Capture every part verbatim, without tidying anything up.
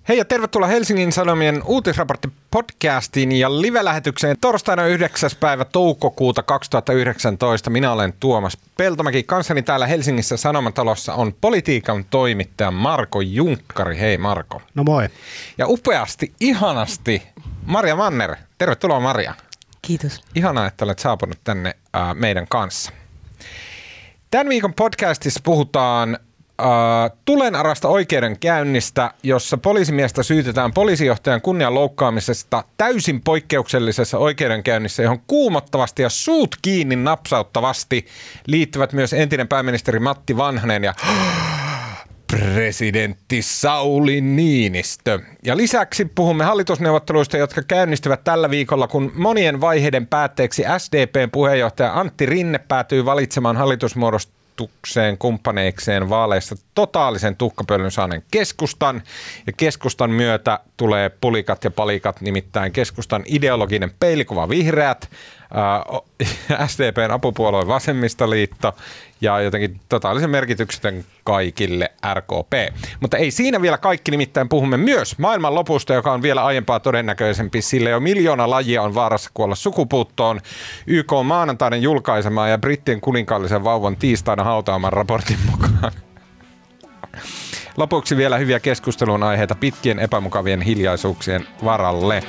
Hei ja tervetuloa Helsingin Sanomien uutisraportti-podcastiin ja live-lähetykseen torstaina yhdeksäs päivä toukokuuta kaksituhattayhdeksäntoista. Minä olen Tuomas Peltomäki. Kanssani täällä Helsingissä Sanomatalossa on politiikan toimittaja Marko Junkkari. Hei Marko. No moi. Ja upeasti, ihanasti Maria Manner. Tervetuloa Maria. Kiitos. Ihanaa, että olet saapunut tänne äh, meidän kanssa. Tämän viikon podcastissa puhutaan Uh, tulenarasta oikeudenkäynnistä, jossa poliisimiestä syytetään poliisijohtajan kunnian loukkaamisesta täysin poikkeuksellisessa oikeudenkäynnissä, johon kuumottavasti ja suut kiinni napsauttavasti liittyvät myös entinen pääministeri Matti Vanhanen ja presidentti Sauli Niinistö. Ja lisäksi puhumme hallitusneuvotteluista, jotka käynnistyvät tällä viikolla, kun monien vaiheiden päätteeksi S D P:n puheenjohtaja Antti Rinne päätyy valitsemaan hallitusmuodostukseen kumppaneikseen vaaleissa totaalisen tuhkapöllyn saaneen keskustan. Ja keskustan myötä tulee pulikat ja palikat, nimittäin keskustan ideologinen peilikuva vihreät, ää, S D P:n apupuolue vasemmistoliitto ja jotenkin totaalisen merkityksetön kaikille R K P. Mutta ei siinä vielä kaikki, nimittäin puhumme myös maailman lopusta, joka on vielä aiempaa todennäköisempi, sillä jo miljoona lajia on vaarassa kuolla sukupuuttoon. Y K maanantainen julkaisemaan ja brittien kuninkaallisen vauvan tiistaina hautaaman raportin mukaan. Lopuksi vielä hyviä keskustelun aiheita pitkien epämukavien hiljaisuuksien varalle.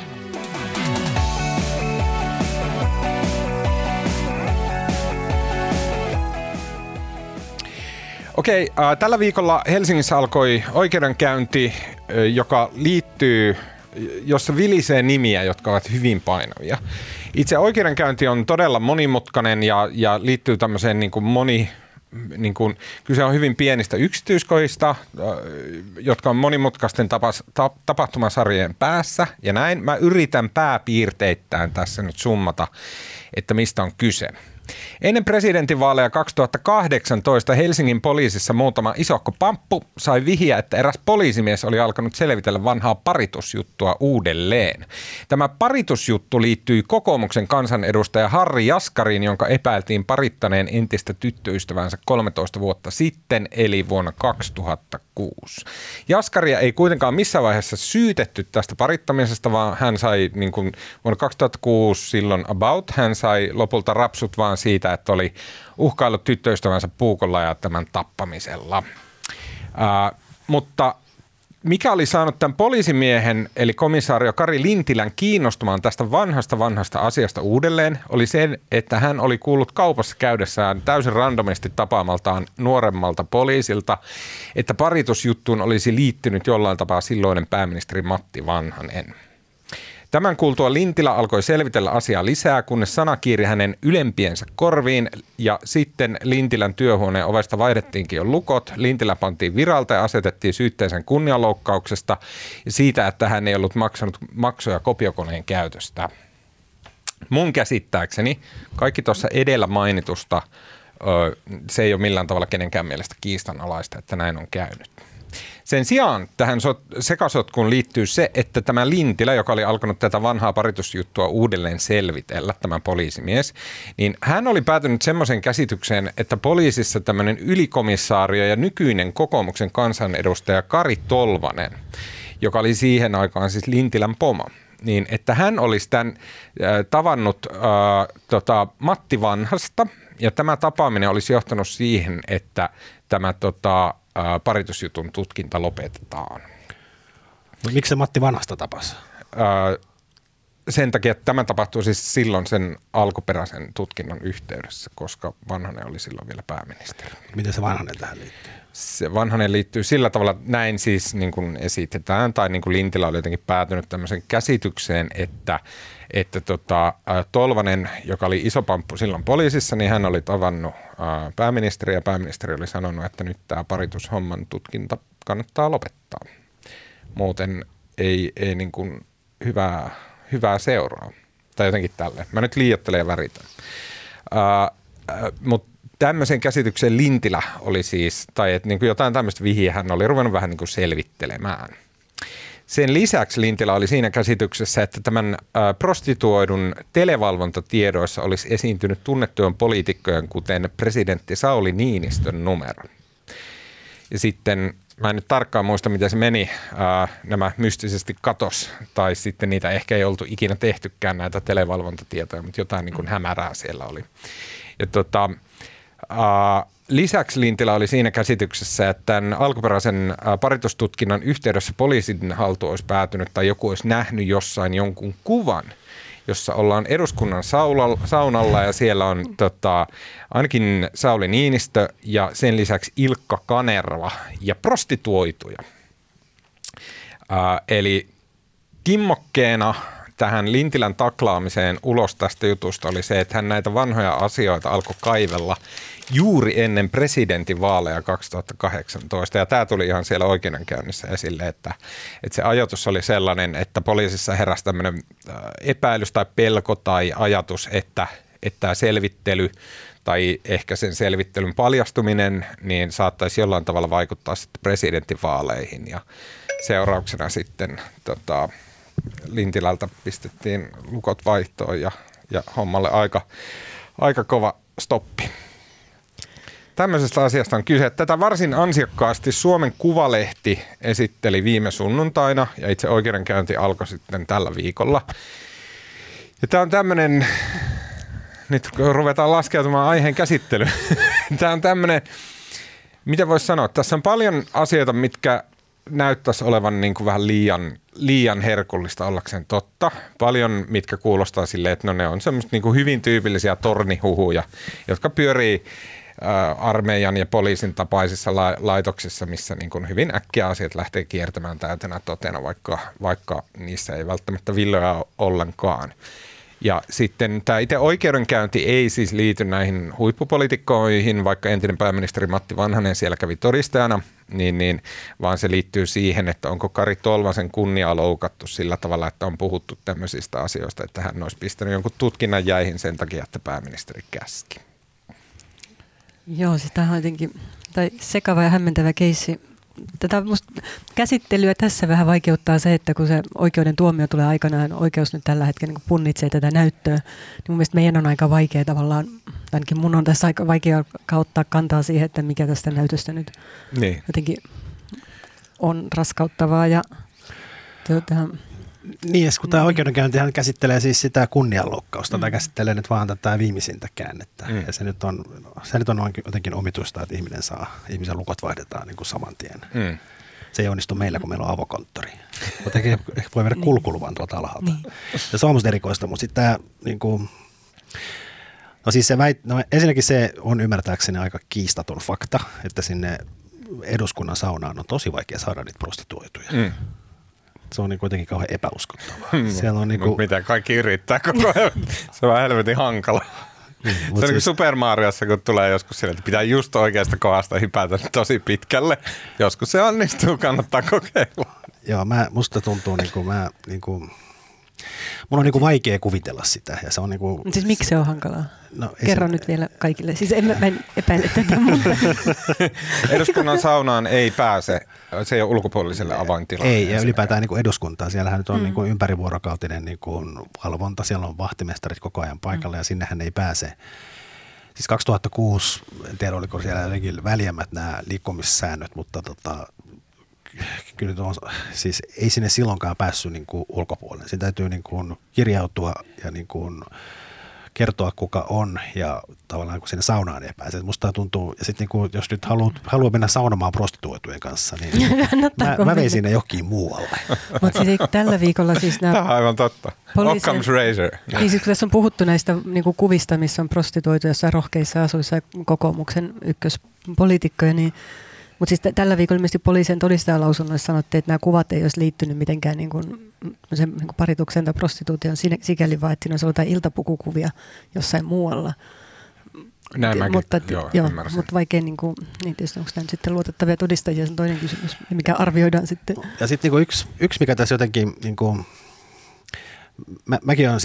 Okei, äh, tällä viikolla Helsingissä alkoi oikeudenkäynti, äh, joka liittyy, jossa vilisee nimiä, jotka ovat hyvin painavia. Itse oikeudenkäynti on todella monimutkainen ja, ja liittyy tämmöiseen niin kuin moni, niin kuin, kyse on hyvin pienistä yksityiskohdista, äh, jotka on monimutkaisten tapas, ta, tapahtumasarjojen päässä ja näin. Mä yritän pääpiirteittäin tässä nyt summata, että mistä on kyse. Ennen presidentinvaaleja kaksituhattakahdeksantoista Helsingin poliisissa muutama isohko pamppu sai vihiä, että eräs poliisimies oli alkanut selvitellä vanhaa paritusjuttua uudelleen. Tämä paritusjuttu liittyi kokoomuksen kansanedustaja Harri Jaskariin, jonka epäiltiin parittaneen entistä tyttöystävänsä kolmetoista vuotta sitten, eli vuonna kaksituhattakuusi. Jaskaria ei kuitenkaan missään vaiheessa syytetty tästä parittamisesta, vaan hän sai niin kuin vuonna kaksituhattakuusi silloin about, hän sai lopulta rapsut vaan siitä, että oli uhkaillut tyttöystävänsä puukolla ja tämän tappamisella. Ää, mutta mikä oli saanut tämän poliisimiehen, eli komissaario Kari Lintilän kiinnostumaan tästä vanhasta vanhasta asiasta uudelleen, oli se, että hän oli kuullut kaupassa käydessään täysin randomisti tapaamaltaan nuoremmalta poliisilta, että paritusjuttuun olisi liittynyt jollain tapaa silloinen pääministeri Matti Vanhanen. Tämän kuultua Lintilä alkoi selvitellä asiaa lisää, kunnes sana kiiri hänen ylempiensä korviin ja sitten Lintilän työhuoneen ovesta vaihdettiinkin jo lukot. Lintilä pantiin viralta ja asetettiin syytteeseen kunnianloukkauksesta ja siitä, että hän ei ollut maksanut maksuja kopiokoneen käytöstä. Mun käsittääkseni kaikki tuossa edellä mainitusta, se ei ole millään tavalla kenenkään mielestä kiistanalaista, että näin on käynyt. Sen sijaan tähän sekasotkuun liittyy se, että tämä Lintilä, joka oli alkanut tätä vanhaa paritusjuttua uudelleen selvitellä, tämä poliisimies, niin hän oli päätynyt semmoisen käsitykseen, että poliisissa tämmöinen ylikomissaario ja nykyinen kokoomuksen kansanedustaja Kari Tolvanen, joka oli siihen aikaan siis Lintilän pomo, niin että hän olisi tämän äh, tavannut äh, tota, Matti Vanhasta ja tämä tapaaminen olisi johtanut siihen, että tämä tota, paritusjutun tutkinta lopetetaan. No, miksi se Matti Vanhasta tapasi? Öö, sen takia, että tämä tapahtui siis silloin sen alkuperäisen tutkinnon yhteydessä, koska Vanhanen oli silloin vielä pääministeri. Miten se Vanhanen tähän liittyy? Se Vanhanen liittyy sillä tavalla, näin siis niin kuin esitetään, tai niin kuin Lintilä oli jotenkin päätynyt tämmöisen käsitykseen, että, että tota, Tolvanen, joka oli iso pamppu silloin poliisissa, niin hän oli tavannut ää, pääministeri ja pääministeri oli sanonut, että nyt tämä paritushomman tutkinta kannattaa lopettaa. Muuten ei, ei niin kuin hyvää, hyvää seuraa. Tai jotenkin tälleen. Mä nyt liioittelen ja väritän. Mutta tämmöisen käsityksen Lintilä oli siis, tai että niin kuin jotain tämmöistä vihiä hän oli ruvennut vähän niin kuin selvittelemään. Sen lisäksi Lintilä oli siinä käsityksessä, että tämän prostituoidun televalvontatiedoissa olisi esiintynyt tunnettujen poliitikkojen, kuten presidentti Sauli Niinistön numero. Ja sitten mä en nyt tarkkaan muista, miten se meni, ää, nämä mystisesti katos, tai sitten niitä ehkä ei oltu ikinä tehtykään näitä televalvontatietoja, mutta jotain niin kuin hämärää siellä oli. Ja tota, ää, lisäksi Lintilä oli siinä käsityksessä, että tämän alkuperäisen ää, paritustutkinnan yhteydessä poliisin haltuun olisi päätynyt tai joku olisi nähnyt jossain jonkun kuvan, jossa ollaan eduskunnan saunalla ja siellä on tota, ainakin Sauli Niinistö ja sen lisäksi Ilkka Kanerva ja prostituoituja. Ää, eli kimmokkeena tähän Lintilän taklaamiseen ulos tästä jutusta oli se, että hän näitä vanhoja asioita alkoi kaivella juuri ennen presidentinvaaleja kaksituhattakahdeksantoista. Ja tämä tuli ihan siellä oikeudenkäynnissä esille, että, että se ajatus oli sellainen, että poliisissa heräsi tämmöinen epäilys tai pelko tai ajatus, että, että tämä selvittely tai ehkä sen selvittelyn paljastuminen niin saattaisi jollain tavalla vaikuttaa sitten presidentinvaaleihin. Ja seurauksena sitten tota, Lintilältä pistettiin lukot vaihtoon ja, ja hommalle aika, aika kova stoppi. Tämmöisestä asiasta on kyse. Tätä varsin ansiokkaasti Suomen Kuvalehti esitteli viime sunnuntaina ja itse oikeudenkäynti alkoi sitten tällä viikolla. Ja tämä on tämmöinen, nyt kun ruvetaan laskeutumaan aiheen käsittelyyn, tämä on tämmöinen, mitä voisi sanoa, tässä on paljon asioita, mitkä näyttäisi olevan niin kuin vähän liian, liian herkullista ollakseen totta. Paljon, mitkä kuulostaa silleen, että no ne on semmoista niin kuin hyvin tyypillisiä tornihuhuja, jotka pyörii armeijan ja poliisin tapaisissa la- laitoksissa, missä niin kuin hyvin äkkiä asiat lähtee kiertämään täytenä totena, vaikka, vaikka niissä ei välttämättä villoja ollenkaan. Ja sitten tämä itse oikeudenkäynti ei siis liity näihin huippupoliitikkoihin, vaikka entinen pääministeri Matti Vanhanen siellä kävi todistajana, niin, niin, vaan se liittyy siihen, että onko Kari Tolvasen kunniaa loukattu sillä tavalla, että on puhuttu tämmöisistä asioista, että hän olisi pistänyt jonkun tutkinnan jäihin sen takia, että pääministeri käski. Joo, sitä on jotenkin tai sekava ja hämmentävä keissi. Tätä musta käsittelyä tässä vähän vaikeuttaa se, että kun se oikeuden tuomio tulee aikanaan, oikeus nyt tällä hetkellä niin punnitsee tätä näyttöä, niin mun mielestä meidän on aika vaikea tavallaan, ainakin mun on tässä aika vaikea ottaa kantaa siihen, että mikä tästä näytöstä nyt niin jotenkin on raskauttavaa. Ja, tuota, niin, kun tämä oikeudenkäyntihän käsittelee siis sitä kunnianloukkausta, mm. tai käsittelee nyt vaan tätä viimeisintä käännettä. Mm. Ja se nyt, on, se nyt on jotenkin omituista, että ihminen saa, ihmisen lukot vaihdetaan niin kuin saman tien. Mm. Se ei onnistu meillä, kun meillä on avokonttori. Mutta ehkä voi viedä kulkuluvan tuolta alhaalta. Niin. Ja se on musta erikoista, mutta sitten tämä, niin kuin, no siis se väit, no ensinnäkin se on ymmärtääkseni aika kiistaton fakta, että sinne eduskunnan saunaan on tosi vaikea saada niitä prostituoituja. Mm. Se on niin kuitenkin kauhean epäuskottavaa. Siellä on niinku mitä kaikki yrittää koko ajan. Se on vähän helvetin hankala. Mm, se on siis niin kuin Super Mariossa, kun tulee joskus sille, että pitää just oikeasta kohdasta hypätä tosi pitkälle. Joskus se onnistuu, kannattaa kokeilla. Joo, mä, musta tuntuu niin kuin mä niin kuin, mun on niin kuin vaikea kuvitella sitä. Ja se on niin kuin, siis miksi se on hankalaa? No, Kerro se nyt vielä kaikille. Siis en, mä en epäile tätä, mutta eduskunnan saunaan ei pääse. Se ei ole ulkopuoliselle avaintilalle. Ei, ja ylipäätään niin kuin eduskuntaa. Siellähän nyt on mm. niin kuin ympärivuorokautinen niin kuin valvonta. Siellä on vahtimestarit koko ajan paikalla mm. ja sinnehän ei pääse. Siis kaksituhattakuusi, en tiedä oliko siellä jotenkin väljemmät nämä liikkumissäännöt, mutta tota, kyllä on, siis ei sinne silloinkaan päässyt niin kuin ulkopuolelle. Siinä täytyy niin kuin kirjautua ja niin kuin kertoa kuka on ja tavallaan kun sinne saunaan ei pääse. Musta tuntuu, ja sitten niin jos nyt haluaa, haluaa mennä saunomaan prostituoitujen kanssa, niin mä, mä vein sinne johonkin muualle. Mutta siis tällä viikolla siis nämä tämä on aivan totta. Occam's razor. Niin siis kun tässä on puhuttu näistä niin kuin kuvista, missä on prostituoituja jossain rohkeissa asuissa kokoomuksen ykköspoliitikkoja, niin mutta siis t- tällä viikolla ilmeisesti poliisin todistajalausunnoissa sanottiin, että nämä kuvat ei olisi liittynyt mitenkään niin kuin, sen, niin kuin paritukseen tai prostituution sikäli, vaan että siinä olisi ollut jotain iltapukukuvia jossain muualla. Näin mäkin, mutta, joo, joo, mutta vaikea, niin, kuin, niin tietysti onko tämä sitten luotettavia todistajia, se on toinen kysymys, mikä arvioidaan sitten. Ja sitten niin yksi, yksi, mikä tässä jotenkin, niin kuin, mä, mäkin olen siis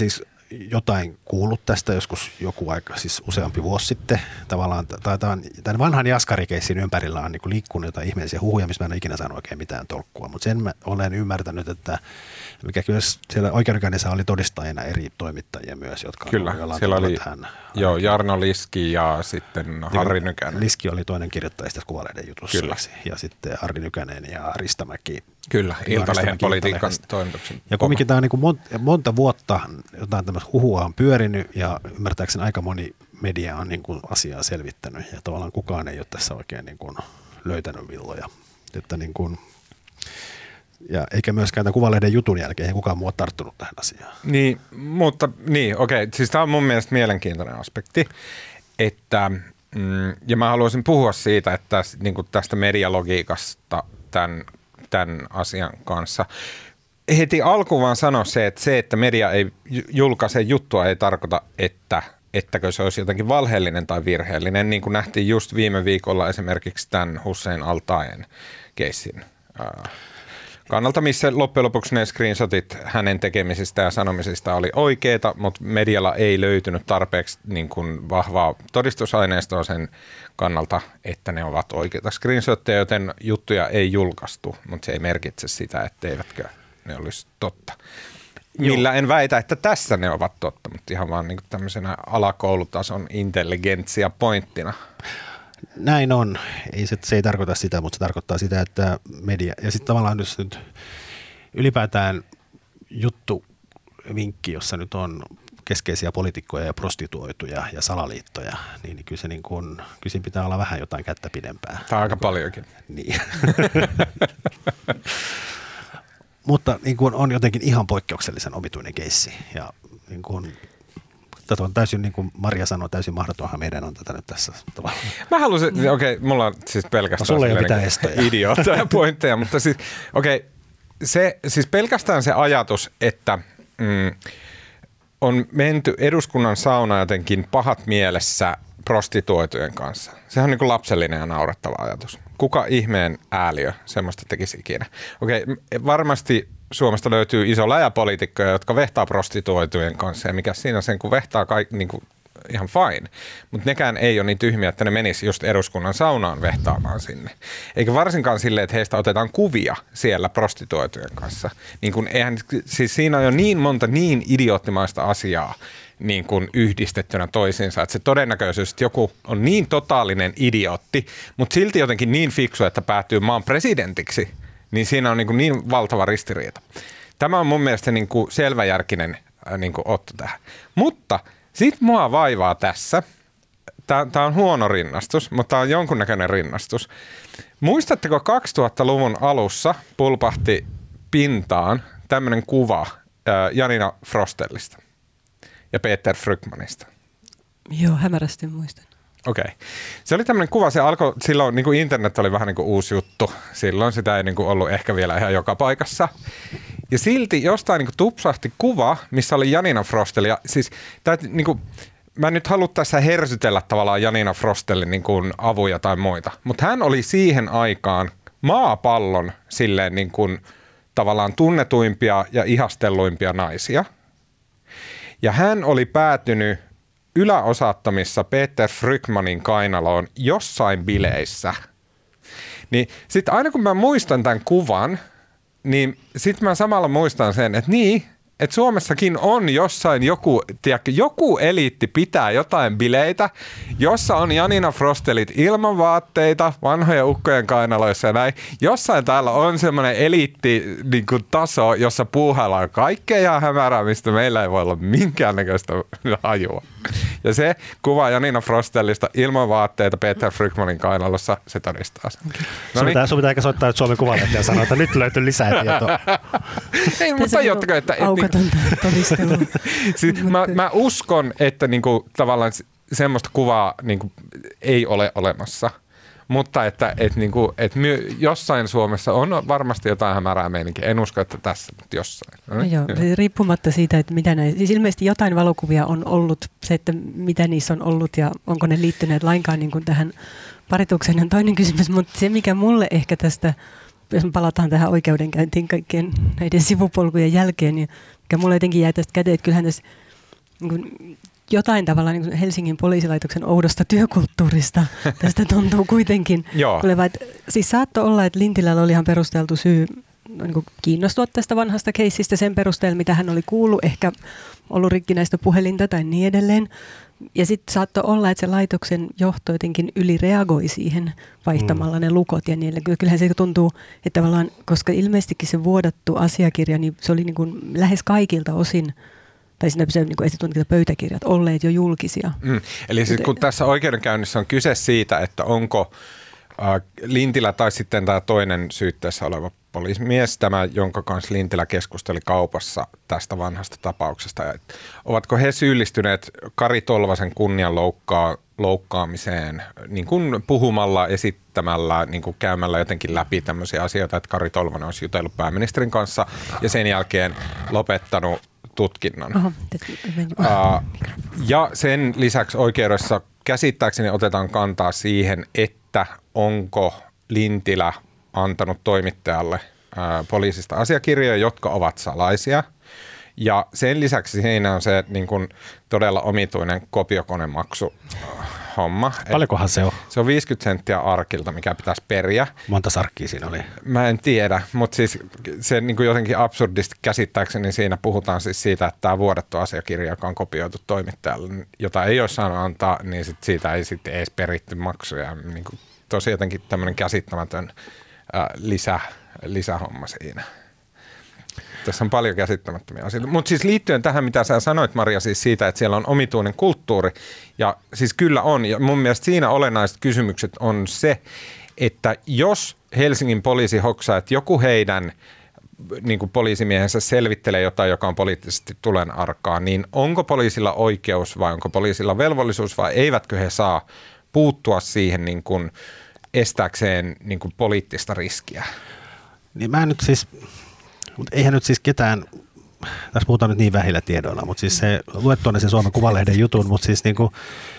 jotain kuullut tästä joskus joku aika, siis useampi vuosi sitten. Tavallaan tämän, tämän vanhan jaskarikeissin ympärillä on niin kuin liikkunut jotain ihmeellisiä huhuja, missä mä en ole ikinä saanut oikein mitään tolkkua. Mutta sen mä olen ymmärtänyt, että mikä kyllä siellä oikeudenkäynnissä oli todistajina eri toimittajia myös, jotka kyllä, siellä oli tähän, joo, Jarno Liski ja sitten Harri Nykänen. Liski oli toinen kirjoittaja sitten Kuvalehden jutussa. Kyllä. Ja sitten Harri Nykänen ja Ristamäki. Kyllä, Iltalehden politiikan toimituksen. Ja kumminkin tämä on niin kuin monta, monta vuotta jotain tämmöistä huhua on pyörinyt ja ymmärtääkseni aika moni media on niin kuin asiaa selvittänyt ja tavallaan kukaan ei ole tässä oikein niin kuin löytänyt villoja. Että niin kuin, ja eikä myöskään tämän Kuvalehden jutun jälkeen ei kukaan muu ole tarttunut tähän asiaan. Niin, mutta niin, okei. Siis tämä on mun mielestä mielenkiintoinen aspekti, että, mm, ja mä haluaisin puhua siitä, että tästä, niin kuin tästä medialogiikasta tämän, tämän asian kanssa. Heti alkuun vaan sanoa se, että se, että media ei julkaise juttua, ei tarkoita, että ettäkö se olisi jotenkin valheellinen tai virheellinen, niin kuin nähtiin just viime viikolla esimerkiksi tämän Hussein al-Taeen keissin kannalta, missä loppujen lopuksi ne screenshotit hänen tekemisistä ja sanomisista oli oikeita, mutta medialla ei löytynyt tarpeeksi niin kuin vahvaa todistusaineistoa sen kannalta, että ne ovat oikeita screenshotteja, joten juttuja ei julkaistu, mutta se ei merkitse sitä, etteivätkö ne olisi totta. Millä en väitä, että tässä ne ovat totta, mutta ihan vaan niin kuin tämmöisenä alakoulutason intelligentsia pointtina. Näin on. Ei se, se ei tarkoita sitä, mutta se tarkoittaa sitä, että media, ja sitten tavallaan jos nyt ylipäätään juttuvinkki, jossa nyt on keskeisiä poliitikkoja ja prostituoituja ja salaliittoja, niin, niin kyllä se niin kuin, kyllä siinä pitää olla vähän jotain kättä pidempää. Tämä on aika paljonkin. Niin. Mutta niin kuin on jotenkin ihan poikkeuksellisen omituinen keissi ja niin kuin, tätä on täysin, niin kuin Maria sanoi, täysin mahdotonhan meidän on tätä nyt tässä tavalla. Mä haluaisin, okei, okay, mulla on siis pelkästään no, idiootteja ja pointteja, mutta siis, okei, okay, se, siis pelkästään se ajatus, että mm, on menty eduskunnan sauna jotenkin pahat mielessä prostituoitujen kanssa. Sehän on niin kuin lapsellinen ja naurettava ajatus. Kuka ihmeen ääliö semmoista tekisi ikinä? Okei, varmasti Suomesta löytyy iso läjä poliitikkoja, jotka vehtaa prostituoitujen kanssa ja mikä siinä sen, kun vehtaa kaik, niin kuin ihan fine. Mutta nekään ei ole niin tyhmiä, että ne menis just eduskunnan saunaan vehtaamaan sinne. Eikä varsinkaan silleen, että heistä otetaan kuvia siellä prostituoitujen kanssa. Niin kun eihän, siis siinä on jo niin monta niin idioottimaista asiaa niin kuin yhdistettynä toisiinsa, että se todennäköisyys, että joku on niin totaalinen idiootti, mutta silti jotenkin niin fiksu, että päätyy maan presidentiksi, niin siinä on niin, kuin niin valtava ristiriita. Tämä on mun mielestä niin kuin selväjärkinen niin kuin otto tähän. Mutta sitten mua vaivaa tässä, tämä on huono rinnastus, mutta tämä on jonkunnäköinen rinnastus. Muistatteko kaksituhattaluvun alussa pulpahti pintaan tämmöinen kuva Janina Frostellista ja Peter Frykmanista? Joo, hämärästi muistan. Okei. Okay. Se oli tämmöinen kuva, se alkoi, silloin niin kuin internet oli vähän niin kuin uusi juttu. Silloin sitä ei niin kuin ollut ehkä vielä ihan joka paikassa. Ja silti jostain niin kuin tupsahti kuva, missä oli Janina Frostel. Ja siis, tää, niin kuin, mä en nyt halua tässä hersytellä tavallaan Janina Frostelin niin kuin avuja tai muita. Mutta hän oli siihen aikaan maapallon silleen niin kuin, tavallaan tunnetuimpia ja ihastelluimpia naisia. Ja hän oli päätynyt yläosattomissa Peter Frykmanin kainaloon jossain bileissä. Niin sitten aina kun mä muistan tämän kuvan, niin sitten mä samalla muistan sen, että niin, että Suomessakin on jossain joku, tiedätkö, joku eliitti pitää jotain bileitä, jossa on Janina Frostelit ilman vaatteita, vanhojen ukkojen kainaloissa ja näin. Jossain täällä on semmoinen eliitti niin kuin taso, jossa puuhaillaan kaikkea hämärää, mistä meillä ei voi olla minkäännäköistä hajua. Ja se kuva Janina Frostelista ilman vaatteita Peter Frykmanin kainalossa, se todistaa sen. No niin. Sun pitää ehkä soittaa nyt Suomen Kuvalehteen ja sanoa, että nyt löytyy lisää tietoa. Ei, mutta jottako, että... Aukatonta todistelua. Siis mä, mä uskon, että niinku, tavallaan semmoista kuvaa niinku, ei ole olemassa. Mutta että et, niinku, et my, jossain Suomessa on varmasti jotain hämärää meininkiä. En usko, että tässä, mutta jossain. No, no joo, joo. Riippumatta siitä, että mitä näin. Siis ilmeisesti jotain valokuvia on ollut. Se, että mitä niissä on ollut ja onko ne liittyneet lainkaan niin kuin tähän paritukseen on toinen kysymys. Mutta se, mikä mulle ehkä tästä, jos me palataan tähän oikeudenkäyntiin kaikkien näiden sivupolkujen jälkeen, niin mikä mulle jotenkin jäi tästä käteen, että kyllähän tässä niin kuin jotain tavalla niin kuin Helsingin poliisilaitoksen oudosta työkulttuurista tästä tuntuu kuitenkin tuleva. Siis saattoi olla, että Lintilällä oli ihan perusteltu syy niin kuin kiinnostua tästä vanhasta keissistä sen perusteella, mitä hän oli kuullut, ehkä ollut rikkinäistä puhelinta tai niin edelleen. Ja sitten saattoi olla, että se laitoksen johto jotenkin ylireagoi siihen vaihtamalla mm. ne lukot ja niille. Kyllähän se tuntuu, että tavallaan, koska ilmeisestikin se vuodattu asiakirja, niin se oli niin kuin lähes kaikilta osin, tai siinä se niin esitutkinta pöytäkirjat olleet jo julkisia. Mm. Eli siis kun tässä oikeudenkäynnissä on kyse siitä, että onko äh, Lintilä tai sitten tämä toinen syytteessä oleva poliisimies, tämä, jonka kanssa Lintilä keskusteli kaupassa tästä vanhasta tapauksesta. Että ovatko he syyllistyneet Kari Tolvasen kunnian loukkaa, loukkaamiseen niin kuin puhumalla, esittämällä, niin kuin käymällä jotenkin läpi tämmöisiä asioita, että Kari Tolvanen olisi jutellut pääministerin kanssa ja sen jälkeen lopettanut tutkinnon. Oho, uh, ja sen lisäksi oikeudessa käsittääkseni otetaan kantaa siihen, että onko Lintilä antanut toimittajalle ää, poliisista asiakirjoja, jotka ovat salaisia. Ja sen lisäksi siinä on se niin kuin todella omituinen kopiokonemaksu homma. Paljonkohan se on? Se on viisikymmentä senttiä arkilta, mikä pitäisi periä. Monta sarkkia siinä oli? Mä en tiedä, mutta siis se niin kuin jotenkin absurdisti käsittääkseni siinä puhutaan siis siitä, että tämä vuodettu asiakirja, joka on kopioitu toimittajalle, jota ei ole saanut antaa, niin sit siitä ei sitten edes peritty maksuja. Niin kuin tosi jotenkin tämmöinen käsittämätön ää, lisä, lisähomma siinä. Tässä on paljon käsittämättömiä asioita. Mutta siis liittyen tähän, mitä sä sanoit, Maria, siis siitä, että siellä on omituinen kulttuuri. Ja siis kyllä on. Ja mun mielestä siinä olennaiset kysymykset on se, että jos Helsingin poliisi hoksaa, että joku heidän niin kuin poliisimiehensä selvittelee jotain, joka on poliittisesti tulenarkaa, niin onko poliisilla oikeus vai onko poliisilla velvollisuus vai eivätkö he saa puuttua siihen niin kuin estääkseen niin kuin poliittista riskiä? Niin mä nyt siis... Mutta eihän nyt siis ketään, tässä puhutaan nyt niin vähillä tiedoilla, mutta siis se, luet tuonne sen Suomen Kuvalehden jutun, mutta siis, niinku,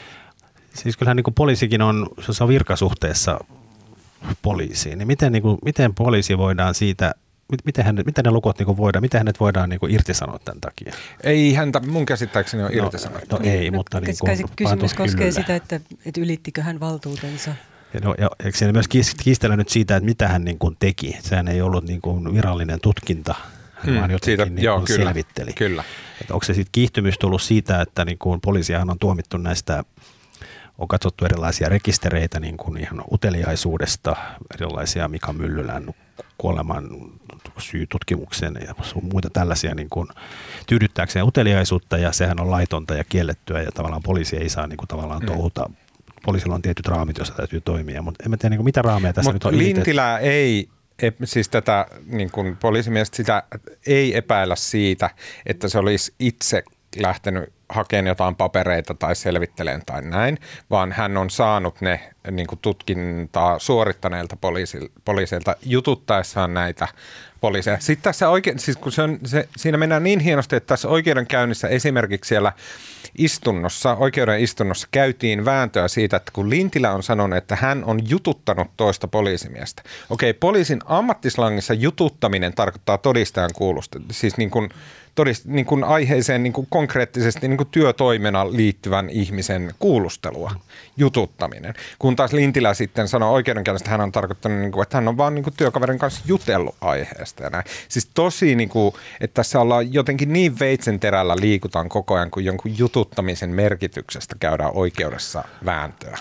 siis kyllähän niinku poliisikin on, jos se on virkasuhteessa poliisiin, niin miten, niinku, miten poliisi voidaan siitä, miten, hän, miten ne lukot niinku voidaan, miten hänet voidaan niinku irtisanoa tämän takia? Ei häntä mun käsittääkseni ole irtisanottu. No, no ei, mutta no, niinku, kysymys koskee hyllylle sitä, että, että ylittikö hän valtuutensa? Ja, no, ja eikö siinä myös kiistellä nyt siitä, että mitä hän niin kuin teki? Sehän ei ollut niin kuin virallinen tutkinta, hän hmm, vaan jotenkin siitä, niin joo, kyllä, selvitteli. Kyllä. Että onko se sitten kiihtymys tullut siitä, että niin kuin poliisiahan on tuomittu näistä, on katsottu erilaisia rekistereitä niin kuin ihan uteliaisuudesta, erilaisia Mika Myllylän kuoleman syytutkimuksen ja muita tällaisia niin kuin tyydyttääkseen uteliaisuutta, ja sehän on laitonta ja kiellettyä, ja tavallaan poliisi ei saa niin kuin tavallaan touhuta. Hmm. Poliisilla on tietyt raamit, joissa täytyy toimia, mutta en mä tiedä, niin mitä raameja tässä Mut nyt on Lintilä ei, siis tätä niin kuin poliisimiestä sitä ei epäillä siitä, että se olisi itse lähtenyt hakemaan jotain papereita tai selvittelemään tai näin, vaan hän on saanut ne niin kuin tutkintaa suorittaneilta poliiseilta jututtaessaan näitä poliiseja. Sitten tässä oikein, siis kun se on, se, siinä mennään niin hienosti, että tässä oikeudenkäynnissä esimerkiksi siellä istunnossa, oikeuden istunnossa käytiin vääntöä siitä, että kun Lintilä on sanonut, että hän on jututtanut toista poliisimiestä. Okei, poliisin ammattislangissa jututtaminen tarkoittaa todistajan kuulusta, siis niin kuin todist, niin kuin aiheeseen niin kuin konkreettisesti niin kuin työtoimena liittyvän ihmisen kuulustelua, jututtaminen. Kun taas Lintilä sitten sanoo oikeudenkäynnistä, että hän on tarkoittanut, niin kuin, että hän on vaan niin kuin työkaverin kanssa jutellut aiheesta ja näin. Siis tosi, niin kuin, että tässä ollaan jotenkin niin veitsenterällä liikutaan koko ajan, kun jonkun jututtamisen merkityksestä käydään oikeudessa vääntöä.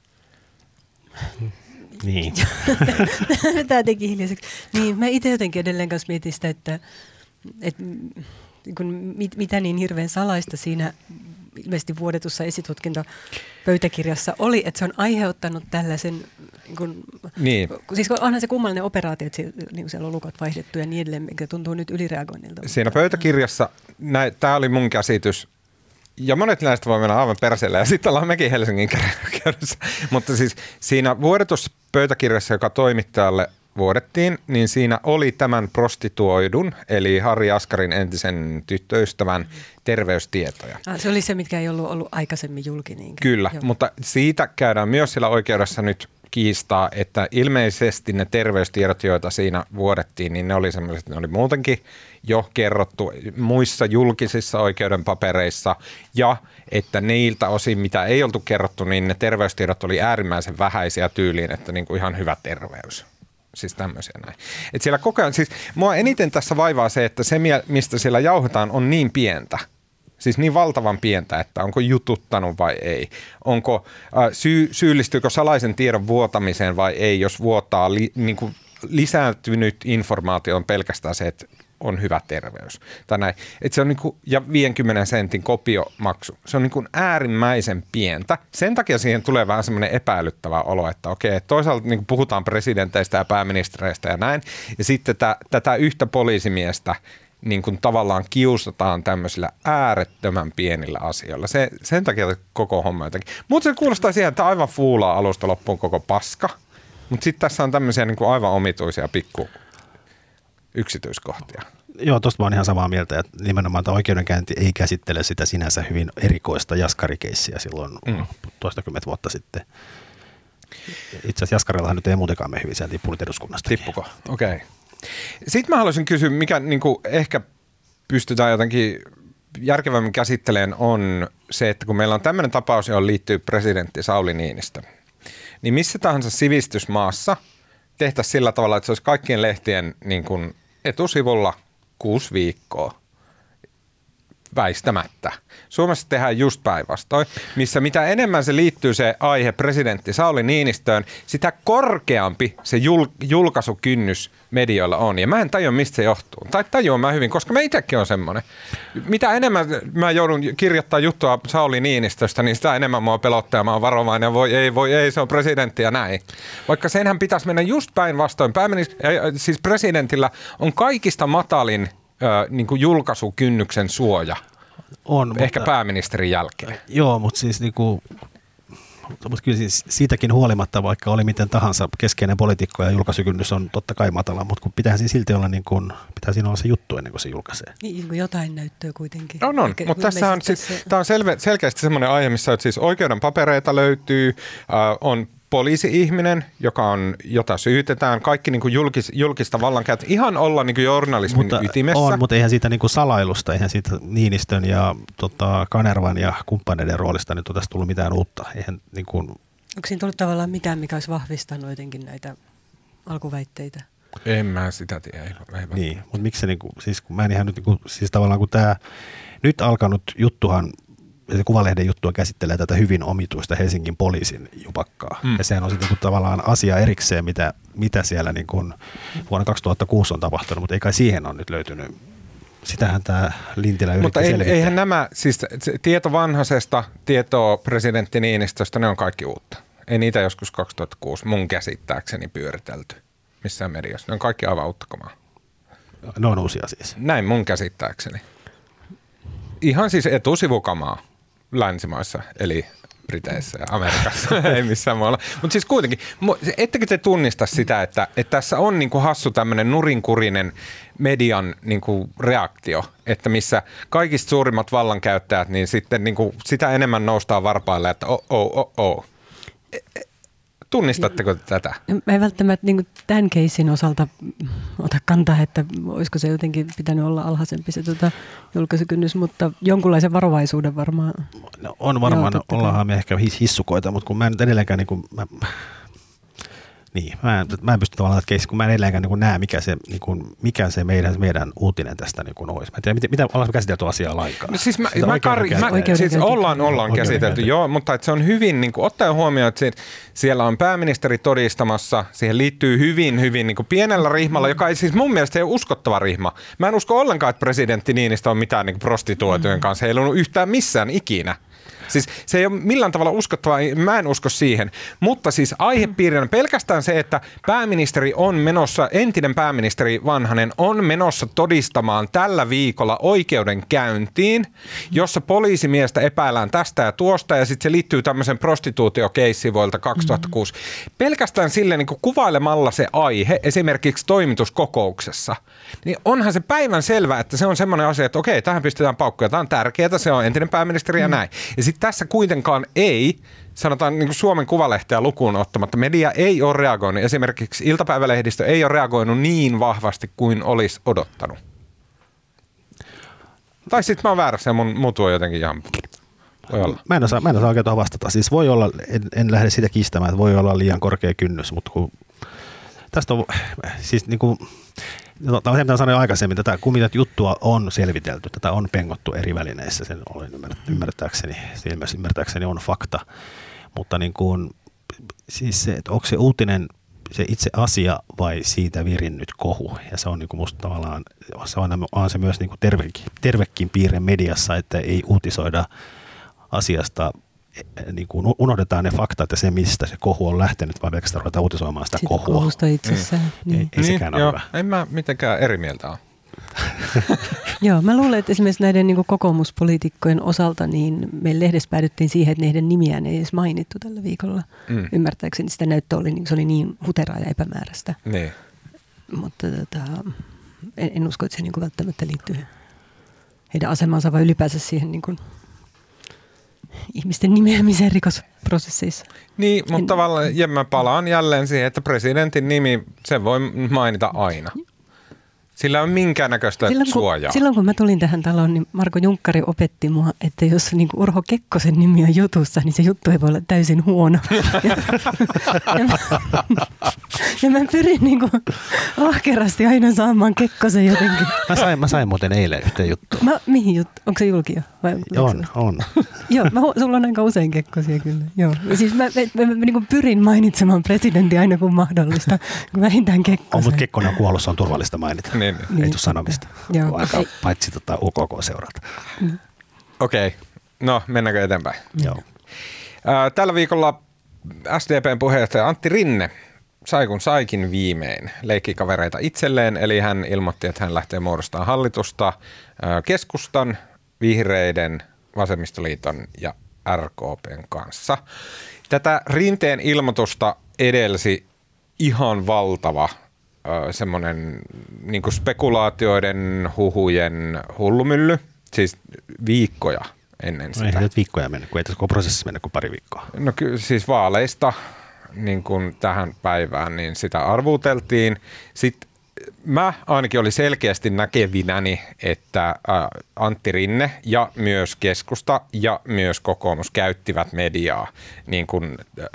Niin. Tämä teki hiljaiseksi. Niin, mä itse jotenkin edelleen kanssa mietin sitä, että että kun, mit, mitä niin hirveän salaista siinä ilmeisesti vuodetussa esitutkintapöytäkirjassa oli, että se on aiheuttanut tällaisen, kun, niin. siis onhan se kummallinen operaatio, että siellä, niin siellä on lukot vaihdettu ja niin edelleen, mikä tuntuu nyt ylireagoinnilta. Siinä pöytäkirjassa, tämä oli mun käsitys, ja monet näistä voi mennä aivan perseelle, ja sitten ollaan mekin Helsingin käräjäoikeudessa, mutta siis siinä vuodetussa pöytäkirjassa, joka toimittajalle vuodettiin, niin siinä oli tämän prostituoidun, eli Harri Askarin entisen tyttöystävän terveystietoja. Ah, se oli se, mitkä ei ollut, ollut aikaisemmin julki. Niin Kyllä, Joo. Mutta siitä käydään myös siellä oikeudessa nyt kiistaa, että ilmeisesti ne terveystiedot, joita siinä vuodettiin, niin ne oli sellaiset, ne oli muutenkin jo kerrottu muissa julkisissa oikeuden papereissa ja että niiltä osin, mitä ei oltu kerrottu, niin ne terveystiedot oli äärimmäisen vähäisiä tyyliin, että niin kuin ihan hyvä terveys. Siis tämmöisiä näin. Et siellä koko ajan, siis mua eniten tässä vaivaa se, että se, mistä siellä jauhetaan, on niin pientä. Siis niin valtavan pientä, että onko jututtanut vai ei. Onko, äh, syy, syyllistyykö salaisen tiedon vuotamiseen vai ei, jos vuotaa li, niin kuin lisääntynyt informaatio on pelkästään se, että on hyvä terveys. Tai näin. Et se on niin kuin, ja viidenkymmenen sentin kopiomaksu. Se on niin kuin äärimmäisen pientä. Sen takia siihen tulee vähän semmoinen epäilyttävä olo, että okei, että toisaalta niin kuin puhutaan presidenteistä ja pääministereistä ja näin. Ja sitten tätä, tätä yhtä poliisimiestä niin kuin tavallaan kiusataan tämmöisillä äärettömän pienillä asioilla. Se, sen takia koko homma jotenkin. Mutta se kuulostaa siihen, että aivan fuulaa alusta loppuun koko paska. Mutta sitten tässä on tämmöisiä niin kuin aivan omituisia pikku yksityiskohtia. Joo, tuosta mä oon ihan samaa mieltä, että nimenomaan tämä oikeudenkäynti ei käsittele sitä sinänsä hyvin erikoista jaskarikeissiä silloin mm. toistakymmentä vuotta sitten. Itse asiassa Jaskarillahan nyt ei muutenkaan mene hyvin, se tippuu nyt eduskunnasta. Tippuko? Okei. Okay. Sitten mä haluaisin kysyä, mikä niin kuin ehkä pystytään jotenkin järkevämmin käsittelemään, on se, että kun meillä on tämmöinen tapaus, johon liittyy presidentti Sauli Niinistö, niin missä tahansa sivistysmaassa tehtäisiin sillä tavalla, että se olisi kaikkien lehtien niin kuin etusivulla kuusi viikkoa väistämättä. Suomessa tehdään just päinvastoin, missä mitä enemmän se liittyy se aihe presidentti Sauli Niinistöön, sitä korkeampi se jul- julkaisukynnys medioilla on. Ja mä en tajua, mistä se johtuu. Tai tajuan mä hyvin, koska mä itsekin on semmoinen. Mitä enemmän mä joudun kirjoittaa juttua Sauli Niinistöstä, niin sitä enemmän mua pelottaa. Mä oon varovainen ja voi ei, voi ei, se on presidentti ja näin. Vaikka senhän pitäisi mennä just päinvastoin. Pääministeri, siis presidentillä on kaikista matalin Ö, niin kuin julkaisukynnyksen suoja, on, ehkä mutta, pääministerin jälkeen. Joo, mutta siis niin kuin, mutta kyllä siis siitäkin huolimatta, vaikka oli miten tahansa keskeinen poliitikko ja julkaisukynnys on totta kai matala, mutta kun pitää siinä silti olla, niin kuin, pitää siinä olla se juttu ennen kuin se julkaisee. Niin, kun jotain näyttöä kuitenkin. On, on, mutta tässä on siis, tämä on selve, selkeästi semmoinen aihe, missä siis oikeuden papereita löytyy, äh, on poliisi-ihminen, joka on, jota syytetään, kaikki niin kuin julkis, julkista vallankäyttöä, ihan olla niin kuin journalismin mutta ytimessä. On, mutta eihän siitä niin kuin salailusta, eihän siitä Niinistön ja tota, Kanervan ja kumppaneiden roolista nyt ole tässä tullut mitään uutta. Eihän, niin kuin... Onko siinä tullut tavallaan mitään, mikä olisi vahvistanut jotenkin näitä alkuväitteitä? En mä sitä tiedä. Ei, ei niin, mutta miksi se, niin kuin, siis kun mä en ihan nyt, niin kuin, siis tavallaan kun tämä nyt alkanut juttuhan, se Kuvalehden juttua käsittelee tätä hyvin omituista Helsingin poliisin jupakkaa. Mm. Ja sehän on sitten niin tavallaan asia erikseen, mitä, mitä siellä niin kuin vuonna kaksituhattakuusi on tapahtunut, mutta ei kai siihen ole nyt löytynyt. Sitähän tämä Lintilä yritti mutta selvittää. Eihän nämä, siis tieto Vanhasesta, tieto presidentti Niinistöstä, ne on kaikki uutta. Ei niitä joskus kaksituhattakuusi mun käsittääkseni pyöritelty missään mediassa. Ne on kaikki aivan uutta komaa. Ne on uusia siis. Näin mun käsittääkseni. Ihan siis etusivukamaa länsimaissa, eli Briteissä ja Amerikassa, ei missään muualla. Mutta siis kuitenkin, ettekö te tunnista sitä, että, että tässä on niinku hassu tämmöinen nurinkurinen median niinku reaktio, että missä kaikista suurimmat vallankäyttäjät, niin sitten niinku sitä enemmän noustaan varpaille, että oh, oh, oh, oh. Tunnistatteko tätä? Mä en välttämättä niin tämän keissin osalta ota kantaa, että olisiko se jotenkin pitänyt olla alhaisempi se tuota, julkaisukynnys, mutta jonkunlaisen varovaisuuden varmaan. No, on varmaan, joo, ollaanhan me ehkä hissukoita, mutta kun mä en nyt edelleenkään, niin kuin, mä, niin, mä, en, mä en pysty tavallaan keissi, kun mä en edelleenkään niin näe, mikä se, niin kuin, mikä se meidän, meidän uutinen tästä niin kuin olisi. Mä en tiedä, mitä, mitä ollaan käsitelty asiaa lainkaan. No siis mä, siis mä, kar, mä siis ollaan, ollaan käsitelty, joo, mutta että se on hyvin, niin kuin, ottaen huomioon, että se, siellä on pääministeri todistamassa, siihen liittyy hyvin, hyvin niin kuin pienellä rihmalla, joka ei siis mun mielestä ei ole uskottava rihma. Mä en usko ollenkaan, että presidentti Niinistö on mitään niin kuin prostituoitujen kanssa heilunut yhtään missään ikinä. Siis se ei ole millään tavalla uskottavaa, mä en usko siihen, mutta siis aihepiirinä pelkästään se, että pääministeri on menossa, entinen pääministeri Vanhanen on menossa todistamaan tällä viikolla oikeudenkäyntiin, jossa poliisimiestä epäillään tästä ja tuosta ja sitten se liittyy tämmöisen prostituutiokeissiin vuodelta kaksituhattakuusi. Mm-hmm. Pelkästään sille niin kuin kuvailemalla se aihe esimerkiksi toimituskokouksessa, niin onhan se päivän selvä, että se on semmoinen asia, että okei, tähän pistetään paukkuja, tämä on tärkeää, se on entinen pääministeri ja näin. Ja sitten tässä kuitenkaan ei, sanotaan niin kuin Suomen Kuvalehteä lukuun ottamatta, media ei ole reagoinut. Esimerkiksi iltapäivälehdistö ei ole reagoinut niin vahvasti kuin olisi odottanut. Tai sitten mä oon väärässä ja mun mutu on jotenkin ihan... Voi olla. Mä en osaa, mä en osaa oikein tuohon vastata. Siis voi olla, en, en lähde sitä kiistämään, että voi olla liian korkea kynnys, mutta kun tästä on, siis niin kuin, no, tämä on se, mitä sanoin aikaisemmin, tätä kummitet juttua on selvitelty, tätä on pengottu eri välineissä, sen olen ymmärtääkseni, se ilmeisesti ymmärtääkseni on fakta, mutta niin kuin, siis se, että onko se uutinen se itse asia vai siitä virinnyt kohu, ja se on niin kuin musta tavallaan, se on, on se myös niin kuin tervekin, tervekin piirre mediassa, että ei uutisoida asiasta, niin kuin unohdetaan ne faktat ja se, mistä se kohu on lähtenyt, vaan pelkästään ruvetaan uutisoimaan sitä, sitä kohua. Kohusta itsessään. Mm. Niin. Ei, ei sekään niin, ole hyvä. En mä mitenkään eri mieltä ole. Joo, mä luulen, että esimerkiksi näiden niin kuin kokoomuspoliitikkojen osalta, niin meidän lehdessä päädyttiin siihen, että näiden nimiään ei edes mainittu tällä viikolla. Mm. Ymmärtääkseni sitä näyttöä oli, niin se oli niin huteraa ja epämääräistä. Niin. Mutta tota, en, en usko, että se niin kuin välttämättä liittyy heidän asemansa, vaan ylipäänsä siihen niin kuin ihmisten nimeämiseen rikosprosesseissa. Niin, mutta en, tavallaan, ja mä palaan jälleen siihen, että presidentin nimi, sen voi mainita aina. Sillä on minkäännäköistä silloin, suojaa. Kun, silloin kun mä tulin tähän taloon, niin Marko Junkkari opetti mua, että jos niin kuin Urho Kekkosen nimi on jutussa, niin se juttu ei voi olla täysin huono. ja, ja, mä, ja mä pyrin niin kuin ahkerasti aina saamaan Kekkosen jotenkin. Mä sain, mä sain muuten eilen yhteen juttuun. Mä, mihin juttu? Onko se julki jo? Vai on, on. Joo, mä, sulla on aika usein Kekkosia kyllä. Joo. Siis mä, mä, mä, mä niin kuin pyrin mainitsemaan presidentin aina kun mahdollista, kun vähintään Kekkosen. On, mutta Kekkonen on kuollut, se on turvallista mainita. Niin. Niin. Ei tule sanomista. Joo, aika, ei. paitsi tota U K K-seuralta. Mm. Okei, okay. No mennäänkö eteenpäin? Mm. Joo. Äh, tällä viikolla S D P:n puheenjohtaja Antti Rinne sai kun saikin viimein leikkikavereita itselleen, eli hän ilmoitti, että hän lähtee muodostamaan hallitusta äh, keskustan, vihreiden, vasemmistoliiton ja R K P:n kanssa. Tätä Rinteen ilmoitusta edelsi ihan valtava semmoinen niin kuin spekulaatioiden, huhujen hullumylly, siis viikkoja ennen sitä. No ei nyt viikkoja mennä, kun ei tässä koko prosessissa mennä kuin pari viikkoa. No kyllä siis vaaleista niin kuin tähän päivään, niin sitä arvuuteltiin. Sitten mä ainakin oli selkeästi näkevinäni, että Antti Rinne ja myös keskusta ja myös kokoomus käyttivät mediaa niin kuin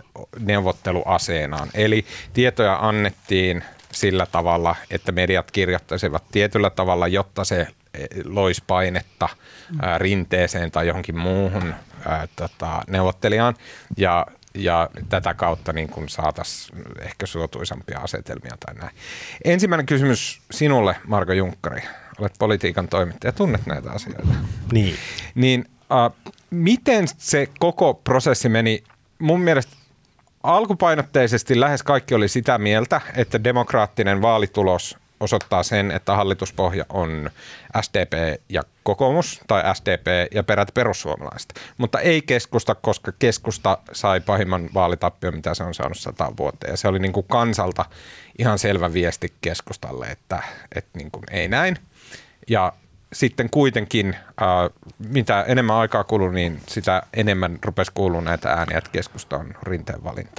neuvotteluaseenaan. Eli tietoja annettiin sillä tavalla, että mediat kirjoittaisivat tietyllä tavalla, jotta se loisi painetta ää, Rinteeseen tai johonkin muuhun ää, tota, neuvottelijaan ja, ja tätä kautta niin kun saataisiin ehkä suotuisampia asetelmia tai näin. Ensimmäinen kysymys sinulle, Marko Junkkari. Olet politiikan toimittaja, tunnet näitä asioita. Niin. Niin ää, miten se koko prosessi meni? Mun mielestä alkupainotteisesti lähes kaikki oli sitä mieltä, että demokraattinen vaalitulos osoittaa sen, että hallituspohja on S D P ja kokoomus tai S D P ja peräti perussuomalaiset. Mutta ei keskusta, koska keskusta sai pahimman vaalitappion, mitä se on saanut sataan vuoteen. Ja se oli niin kuin kansalta ihan selvä viesti keskustalle, että, että niin kuin ei näin. Ja sitten kuitenkin, äh, mitä enemmän aikaa kului, niin sitä enemmän rupesi kuulua näitä ääniä, että keskusta on Rinteen valinta.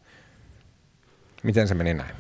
Miten se meni näin?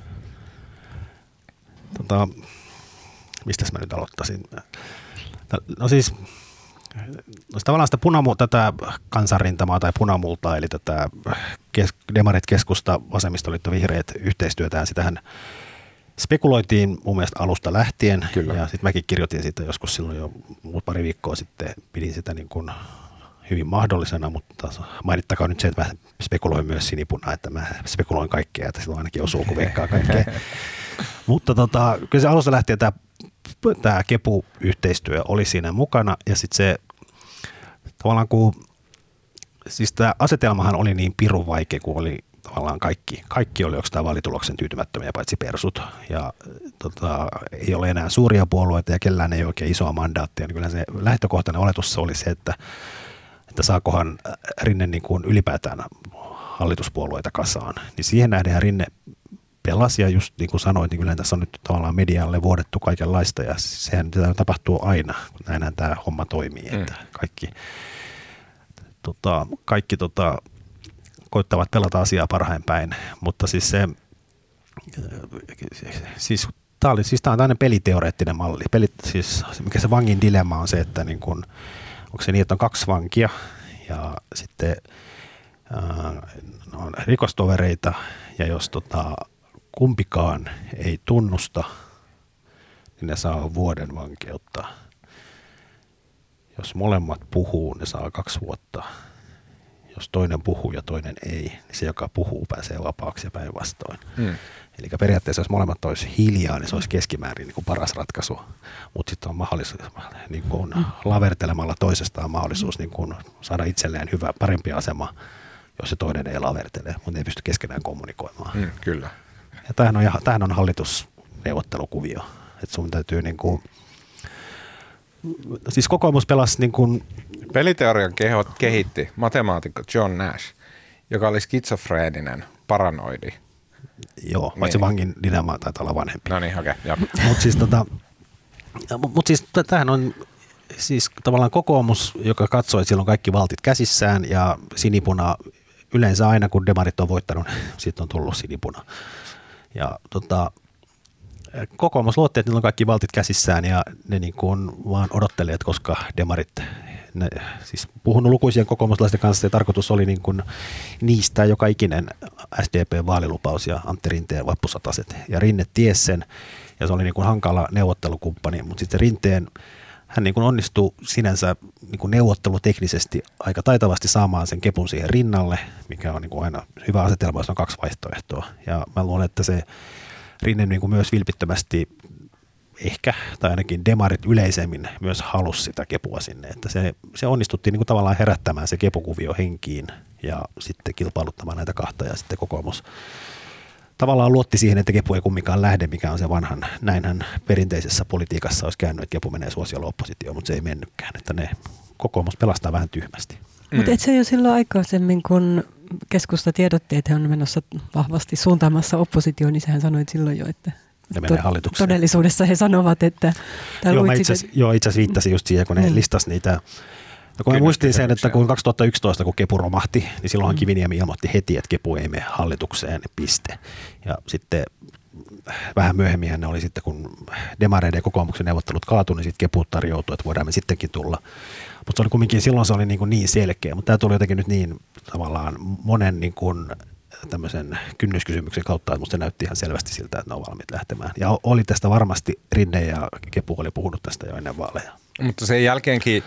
Tota, mistäs mä nyt aloittaisin? No siis, no tavallaan sitä punamu- tätä kansanrintamaa tai punamultaa, eli tätä kes- demarit, keskusta, vasemmistoliitto, vihreät yhteistyötään, sitähän spekuloitiin mun mielestä alusta lähtien. Kyllä. Ja sitten mäkin kirjoitin siitä joskus silloin jo pari viikkoa sitten, pidin sitä niin kuin hyvin mahdollisena, mutta mainittakaa nyt se, että mä spekuloin myös sinipunaa, että mä spekuloin kaikkea, että silloin ainakin osuu, kun veikkaa kaikkea. Mutta tota, kyllä se alusta lähtien tämä, tämä Kepu-yhteistyö oli siinä mukana, ja sitten se tavallaan kun, siis tämä asetelmahan oli niin pirun vaikea, kun oli tavallaan kaikki, kaikki oli oikeastaan vaalituloksen tyytymättömiä, paitsi persut, ja tota, ei ole enää suuria puolueita, ja kellään ei oikein isoa mandaattia, niin kyllä se lähtökohtainen oletus oli se, että että saakohan Rinne niin kuin ylipäätään hallituspuolueita kasaan. Niin siihen nähden Rinne pelasi ja just niin kuin sanoit, niin kyllä tässä on nyt tavallaan medialle vuodettu kaikenlaista ja sehän tapahtuu aina, kun näinhän tämä homma toimii. Mm. Että kaikki tota, kaikki tota, koittavat pelata asiaa parhain päin, mutta siis se, siis tämä oli, siis tämä on tämmöinen peliteoreettinen malli. Peli, siis, mikä se vangin dilemma on se, että niin kun, onko se niin, että on kaksi vankia ja sitten ää, on rikostovereita ja jos tota, kumpikaan ei tunnusta, niin ne saa vuoden vankeutta. Jos molemmat puhuu, ne saa kaksi vuotta. Jos toinen puhuu ja toinen ei, niin se, joka puhuu, pääsee vapaaksi ja päinvastoin. Mm. Eli periaatteessa, jos molemmat olisi hiljaa, niin se olisi keskimäärin niin kuin paras ratkaisu. Mutta sitten on mahdollisuus niin kuin mm. lavertelemalla toisestaan mahdollisuus niin kuin saada itselleen hyvä, parempi asema, jos se toinen ei lavertele, mutta ei pysty keskenään kommunikoimaan. Mm, kyllä. Ja tämähän on, tämähän on hallitusneuvottelukuvio. Että sun täytyy niin kuin, siis kokoomus pelasi niin kuin peliteorian kehot kehitti matemaatikko John Nash, joka oli skitsofreeninen, paranoidi. Joo, niin. Paitsi vangin dilemma taitaa olla vanhempi. No niin, okei. Okay, Mutta siis, tota, mut siis tämähän on siis tavallaan kokoomus, joka katsoi, että siellä on kaikki valtit käsissään ja sinipuna yleensä aina, kun demarit on voittanut, sitten on tullut sinipuna. Ja tota, kokoomus luotti, että niillä on kaikki valtit käsissään ja ne niin kuin vaan odottelee, että koska demarit, ne, siis puhunut lukuisien kokoomuslaisten kanssa, ja tarkoitus oli niin kuin niistä joka ikinen S D P-vaalilupaus ja Antti Rinteen vappusataset. Ja Rinne ties sen, ja se oli niin kuin hankala neuvottelukumppani, mutta sitten Rinteen, hän niin kuin onnistui sinänsä niin kuin neuvotteluteknisesti aika taitavasti saamaan sen kepun siihen rinnalle, mikä on niin kuin aina hyvä asetelma, jos on kaksi vaihtoehtoa. Ja mä luulen, että se Rinne niin kuin myös vilpittömästi ehkä, tai ainakin demarit yleisemmin myös halusi sitä kepua sinne, että se, se onnistuttiin niin kuin tavallaan herättämään se kepukuvio henkiin ja sitten kilpailuttamaan näitä kahta ja sitten kokoomus tavallaan luotti siihen, että kepu ei kumminkaan lähde, mikä on se vanhan, näinhän perinteisessä politiikassa olisi käynyt, että kepu menee suosiolla oppositioon, mutta se ei mennytkään, että ne kokoomus pelastaa vähän tyhmästi. Mm. Mutta et se jo silloin aikaisemmin, kun keskusta tiedotti, että he on menossa vahvasti suuntaamassa oppositioon, niin sehän sanoit silloin jo, että to- todellisuudessa he sanovat, että... Joo, mä itse asiassa viittasin just siihen, kun ne mm. listasi niitä. Ja kun mä muistin sen, että kun kaksituhattayksitoista, kun kepu romahti, niin silloinhan mm. Kiviniemi ilmoitti heti, että kepu ei mene hallitukseen, piste. Ja sitten vähän myöhemmin ne oli sitten, kun demareiden ja kokoomuksen neuvottelut kaatui, niin sitten kepu tarjoutui, että voidaan me sittenkin tulla. Mutta se oli kumminkin, silloin se oli niin, niin selkeä, mutta tämä tuli jotenkin nyt niin tavallaan monen niin kuin tämmöisen kynnyskysymyksen kautta, että musta näytti ihan selvästi siltä, että ne on valmiit lähtemään. Ja oli tästä varmasti, Rinne ja Kepu oli puhunut tästä jo ennen vaaleja. Mutta sen jälkeenkin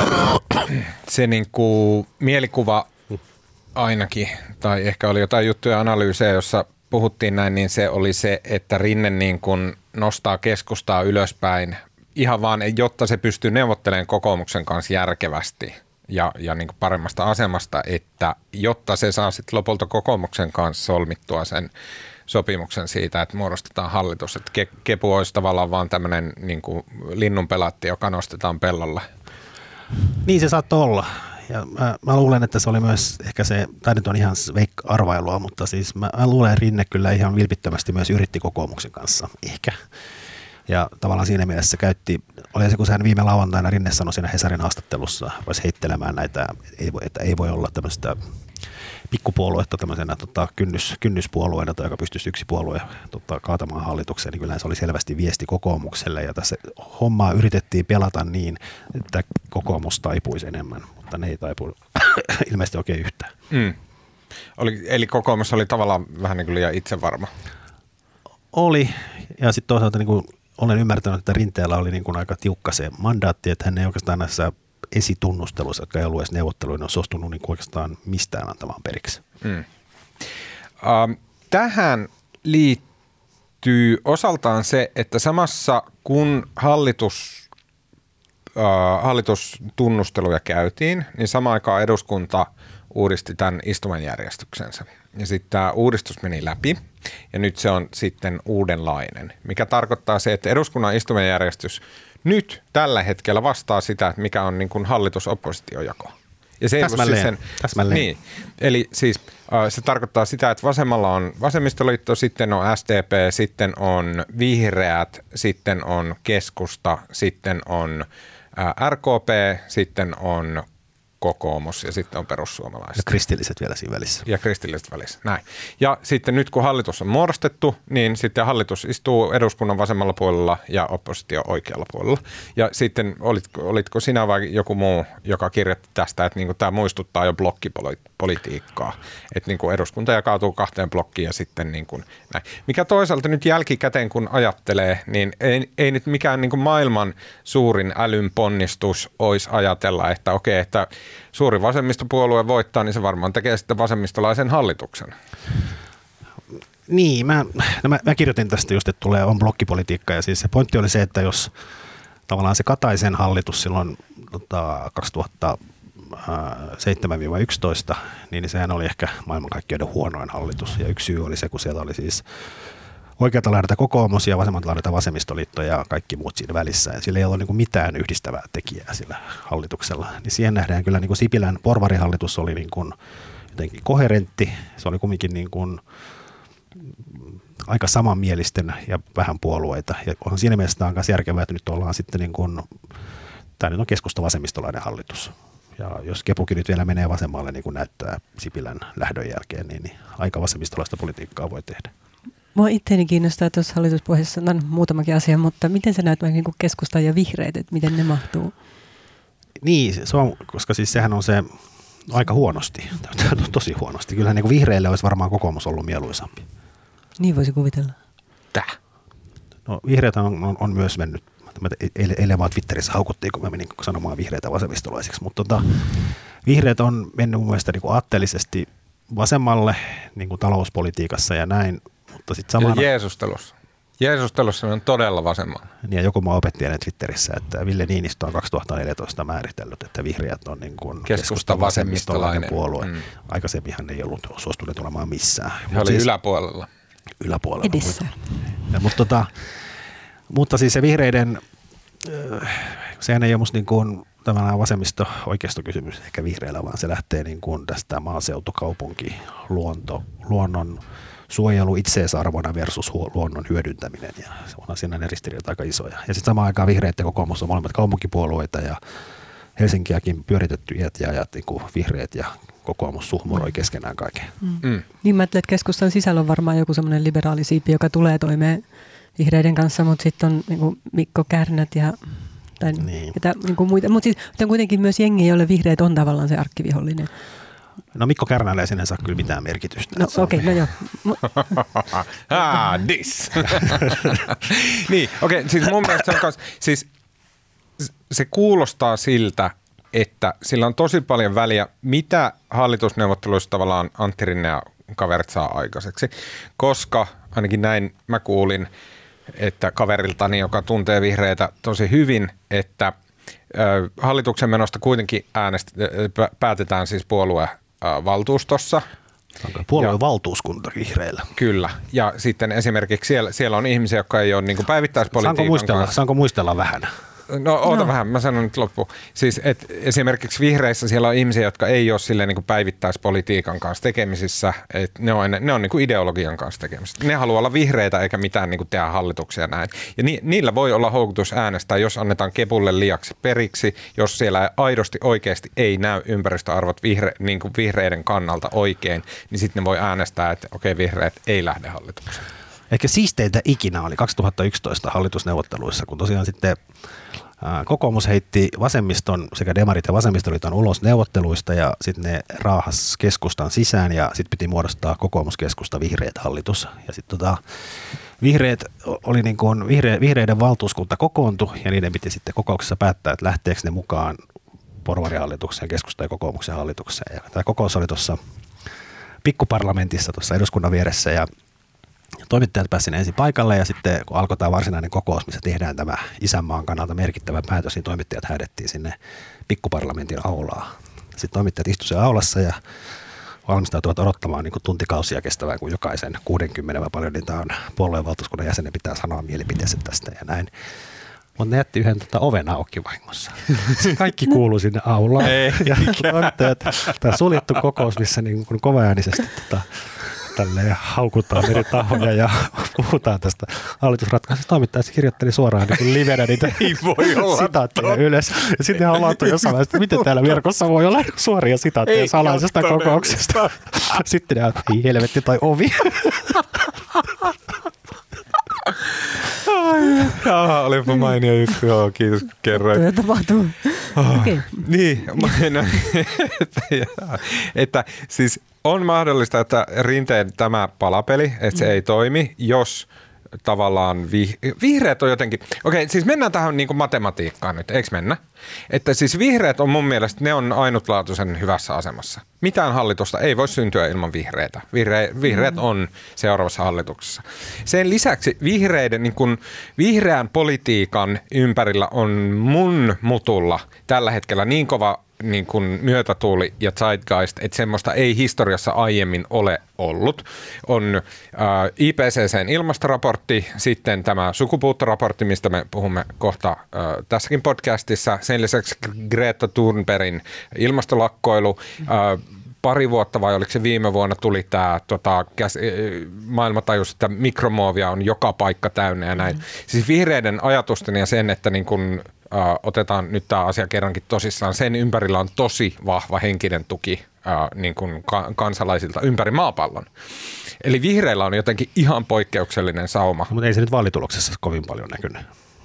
se niin kuin mielikuva ainakin, tai ehkä oli jotain juttuja analyysejä, jossa puhuttiin näin, niin se oli se, että Rinne niin kuin nostaa keskustaa ylöspäin ihan vaan, jotta se pystyy neuvottelemaan kokoomuksen kanssa järkevästi ja, ja niin kuin paremmasta asemasta, että jotta se saa sitten lopulta kokoomuksen kanssa solmittua sen sopimuksen siitä, että muodostetaan hallitus. Että ke, kepu olisi tavallaan vaan tämmöinen niin kuin linnunpelatti, joka nostetaan pellolle. Niin se saattoi olla. Ja mä, mä luulen, että se oli myös ehkä se, tai nyt on ihan veikka-arvailua, mutta siis mä, mä luulen, että Rinne kyllä ihan vilpittömästi myös yritti kokoomuksen kanssa, ehkä. Ja tavallaan siinä mielessä käytti, oli se kun hän viime lauantaina Rinne sanoi siinä Hesarin haastattelussa, voisi heittelemään näitä, että ei voi olla tämmöistä pikkupuoluetta tämmöisenä tota, kynnys, kynnyspuolueena, tai joka pystyisi yksi puolue tota, kaatamaan hallitukseen, niin kyllä se oli selvästi viesti kokoomukselle, ja tässä hommaa yritettiin pelata niin, että kokoomus taipuisi enemmän, mutta ne ei taipu ilmeisesti oikein yhtään. Mm. Oli, eli kokoomus oli tavallaan vähän niin kuin liian itsevarma. Oli, ja sitten toisaalta niin kuin olen ymmärtänyt, että Rinteellä oli niin kuin aika tiukka se mandaatti, että hän ei oikeastaan näissä esitunnusteluissa, jotka ei ollut edes neuvotteluina, on suostunut niin oikeastaan mistään antamaan periksi. Mm. Uh, tähän liittyy osaltaan se, että samassa kun hallitus, uh, hallitustunnusteluja käytiin, niin samaan aikaan eduskunta uudisti tämän istumanjärjestyksensä. Ja sitten tämä uudistus meni läpi, ja nyt se on sitten uudenlainen, mikä tarkoittaa se, että eduskunnan istumanjärjestys nyt tällä hetkellä vastaa sitä, että mikä on niin kuin hallitus-oppositiojako. Ja se täsmälleen. Sen, täsmälleen. Niin, eli siis äh, se tarkoittaa sitä, että vasemmalla on vasemmistoliitto, sitten on S D P, sitten on vihreät, sitten on keskusta, sitten on äh, R K P, sitten on kokoomus ja sitten on perussuomalaiset. Ja kristilliset vielä siinä välissä. Ja kristilliset välissä, näin. Ja sitten nyt kun hallitus on muodostettu, niin sitten hallitus istuu eduskunnan vasemmalla puolella ja oppositio oikealla puolella. Ja sitten olitko, olitko sinä vai joku muu, joka kirjoitti tästä, että niin kuin tämä muistuttaa jo blokkipolitiikkaa. Että niin kuin eduskunta jakautuu kahteen blokkiin ja sitten niin kuin näin. Mikä toisaalta nyt jälkikäteen kun ajattelee, niin ei, ei nyt mikään niin kuin maailman suurin älyn ponnistus olisi ajatella, että okei, että suuri vasemmistopuolue voittaa, niin se varmaan tekee sitten vasemmistolaisen hallituksen. Niin, mä, no mä, mä kirjoitin tästä just, että tulee on blokkipolitiikka ja siis se pointti oli se, että jos tavallaan se Kataisen hallitus silloin tota, kaksituhattaseitsemän yksitoista, niin sehän oli ehkä maailmankaikkeuden huonoin hallitus ja yksi syy oli se, kun siellä oli siis oikealta laidalta kokoomus ja vasemmalta laidalta vasemmistoliitto ja kaikki muut siinä välissä. Ja sillä ei ollut niin kuin mitään yhdistävää tekijää sillä hallituksella. Niin siihen nähdään kyllä niin kuin Sipilän porvarihallitus oli niin kuin jotenkin koherentti. Se oli kumminkin niin kuin aika samanmielisten ja vähän puolueita. Ja on siinä mielessä on myös järkevää, että nyt ollaan sitten niin kuin, tämä nyt on keskusta-vasemmistolainen hallitus. Ja jos Kepukin nyt vielä menee vasemmalle, niin kuin näyttää Sipilän lähdön jälkeen, niin, niin aika vasemmistolaista politiikkaa voi tehdä. Mua itseäni kiinnostaa tuossa hallituspohjassa, on muutamakin asia, mutta miten se näyttää niin kuin keskusta ja vihreät, että miten ne mahtuu? Niin, se on, koska siis sehän on se aika huonosti, tosi huonosti. Kyllähän niin kuin vihreille olisi varmaan kokoomus ollut mieluisampi. Niin voisi kuvitella. Tää. No vihreät on, on, on myös mennyt, eilen vaan Twitterissä haukuttiin, kun mä menin sanomaan vihreitä vasemmistolaisiksi, mutta tota, vihreät on mennyt mun mielestä niin kuin aatteellisesti vasemmalle niin kuin talouspolitiikassa ja näin. Mutta sit samana... Ja Jeesustelussa. Jeesustelussa on todella vasemmalla. Niin ja joku mä opetti ennen Twitterissä, että Ville Niinistö on kaksituhattaneljätoista määritellyt, että vihreät on niin kuin keskusta vasemmistolainen puolue. Mm. Aikaisemminhan ei ollut suostuneet olemaan missään. He oli siis yläpuolella. Yläpuolella. Edissä. Ja, mutta, tota, mutta siis se vihreiden, sehän ei ole musta niin kuin tavallaan vasemmisto-oikeistokysymys ehkä vihreillä, vaan se lähtee niin kuin tästä maaseutukaupunki, luonto, luonnon suojelu itseisarvona versus luonnon hyödyntäminen ja onhan siinä ne ristiriidat aika isoja. Ja sitten samaan aikaan vihreät ja kokoomus on molemmat kaupunkipuolueita ja Helsinkiäkin pyöritetty iät ja ajat, niin kuin vihreät ja kokoomus suhmuroi keskenään kaiken. Mm. Mm. Niin mä ajattelen, että keskustan sisällä on varmaan joku semmoinen liberaalisiipi, joka tulee toimeen vihreiden kanssa, mutta sitten on niin kuin Mikko Kärnät ja tai niin. Ketä, niin kuin muita. Mutta siis, on kuitenkin myös jengi, jolle vihreät on tavallaan se arkkivihollinen. No Mikko Kärnällä ei sinne saa kyllä mitään merkitystä. No okei, okay, no joo. ah, this. niin, okei, okay, siis mun mielestä se on kans, siis se kuulostaa siltä, että sillä on tosi paljon väliä, mitä hallitusneuvotteluissa tavallaan Antti Rinne ja kaverit saa aikaiseksi, koska ainakin näin mä kuulin, että kaveriltani, joka tuntee vihreitä tosi hyvin, että ö, hallituksen menosta kuitenkin äänestä, päätetään siis puolue valtuustossa. Puolueen valtuuskunta vihreillä. Kyllä. Ja sitten esimerkiksi siellä, siellä on ihmisiä, jotka ei ole niin kuin päivittäispolitiikan saanko muistella, kanssa. Saanko muistella vähän? No oota no. vähän, mä sanon nyt loppuun. Siis et esimerkiksi vihreissä siellä on ihmisiä, jotka ei ole silleen niin kuin päivittäispolitiikan kanssa tekemisissä. Et ne on, ne on niin kuin ideologian kanssa tekemisissä. Ne haluaa olla vihreitä eikä mitään niin kuin tehdä hallituksia näin. Ja ni, niillä voi olla houkutus äänestää, jos annetaan kepulle liiaksi periksi, jos siellä aidosti oikeasti ei näy ympäristöarvot vihre, niin kuin vihreiden kannalta oikein, niin sitten ne voi äänestää, että okei, okay, vihreät ei lähde hallitukseen. Ehkä siisteintä ikinä oli kaksituhattayksitoista hallitusneuvotteluissa, kun tosiaan sitten kokoomus heitti vasemmiston sekä demarit ja vasemmistoliiton ulos neuvotteluista ja sitten ne raahas keskustan sisään ja sitten piti muodostaa kokoomuskeskusta vihreät hallitus. Ja sitten tota, vihreät oli niin kuin vihre, vihreiden valtuuskunta kokoontui ja niiden piti sitten kokouksessa päättää, että lähteekö ne mukaan porvarihallitukseen, keskustan ja kokoomuksen hallitukseen. Ja tämä kokous oli tuossa pikkuparlamentissa tuossa eduskunnan vieressä ja toimittajat pääsivät ensin paikalle ja sitten kun alkoi tämä varsinainen kokous, missä tehdään tämä isänmaan kannalta merkittävä päätös, niin toimittajat häädettiin sinne pikkuparlamentin aulaan. Sitten toimittajat istuivat siellä aulassa ja valmistautuvat odottamaan niin kuin tuntikausia kestävää, kun jokaisen kuusikymmentä vai paljon niitä on puolueen valtuuskunnan jäsenen pitää sanoa mielipiteensä tästä ja näin. Mutta ne jätti yhden tota oven auki vahingossa. Kaikki kuuluu sinne aulaan. Ja tämä suljettu kokous, missä niin kuin kovaäänisesti tota, tälleen haukutaan eri tahoja ja puhutaan tästä hallitusratkaisusta, toimittaja kirjoitteli suoraan niin livenä niitä sitaatteja ylös. Ja sitten on laattu jossain vaiheessa, että miten täällä verkossa voi olla suoria sitaatteja ei salaisesta kokouksesta. Sitten ne on, ei helvetti toi ovi. Ai, olipa mainio juttu. Joo, kiitos kerroin. Tuo tapahtuu. Oh, okay. Niin, no, että, että siis on mahdollista, että Rinteen tämä palapeli, että se mm. ei toimi, jos tavallaan vi, vihreät on jotenkin, okei okay, siis mennään tähän niin kuin matematiikkaan nyt, eikö mennä? Että siis vihreät on mun mielestä, ne on ainutlaatuisen hyvässä asemassa. Mitään hallitusta ei voi syntyä ilman vihreitä. Vihre, vihreät mm. on seuraavassa hallituksessa. Sen lisäksi vihreiden, niin kuin, vihreän politiikan ympärillä on mun mutulla tällä hetkellä niin kova niin kuin myötätuuli ja zeitgeist, että semmoista ei historiassa aiemmin ole ollut. On äh, I P C C:n ilmastoraportti, sitten tämä sukupuuttoraportti, mistä me puhumme kohta äh, tässäkin podcastissa. Sen lisäksi Greta Thunbergin ilmastolakkoilu. Äh, pari vuotta vai oliko se viime vuonna tuli tämä tota, maailmantajuus, että mikromuovia on joka paikka täynnä ja näin. Mm. Siis vihreiden ajatusten ja sen, että niin kun Uh, otetaan nyt tämä asia kerrankin tosissaan. Sen ympärillä on tosi vahva henkinen tuki uh, niin kuin ka- kansalaisilta ympäri maapallon. Eli vihreillä on jotenkin ihan poikkeuksellinen sauma. Mutta ei se nyt vaalituloksessa kovin paljon näkynyt.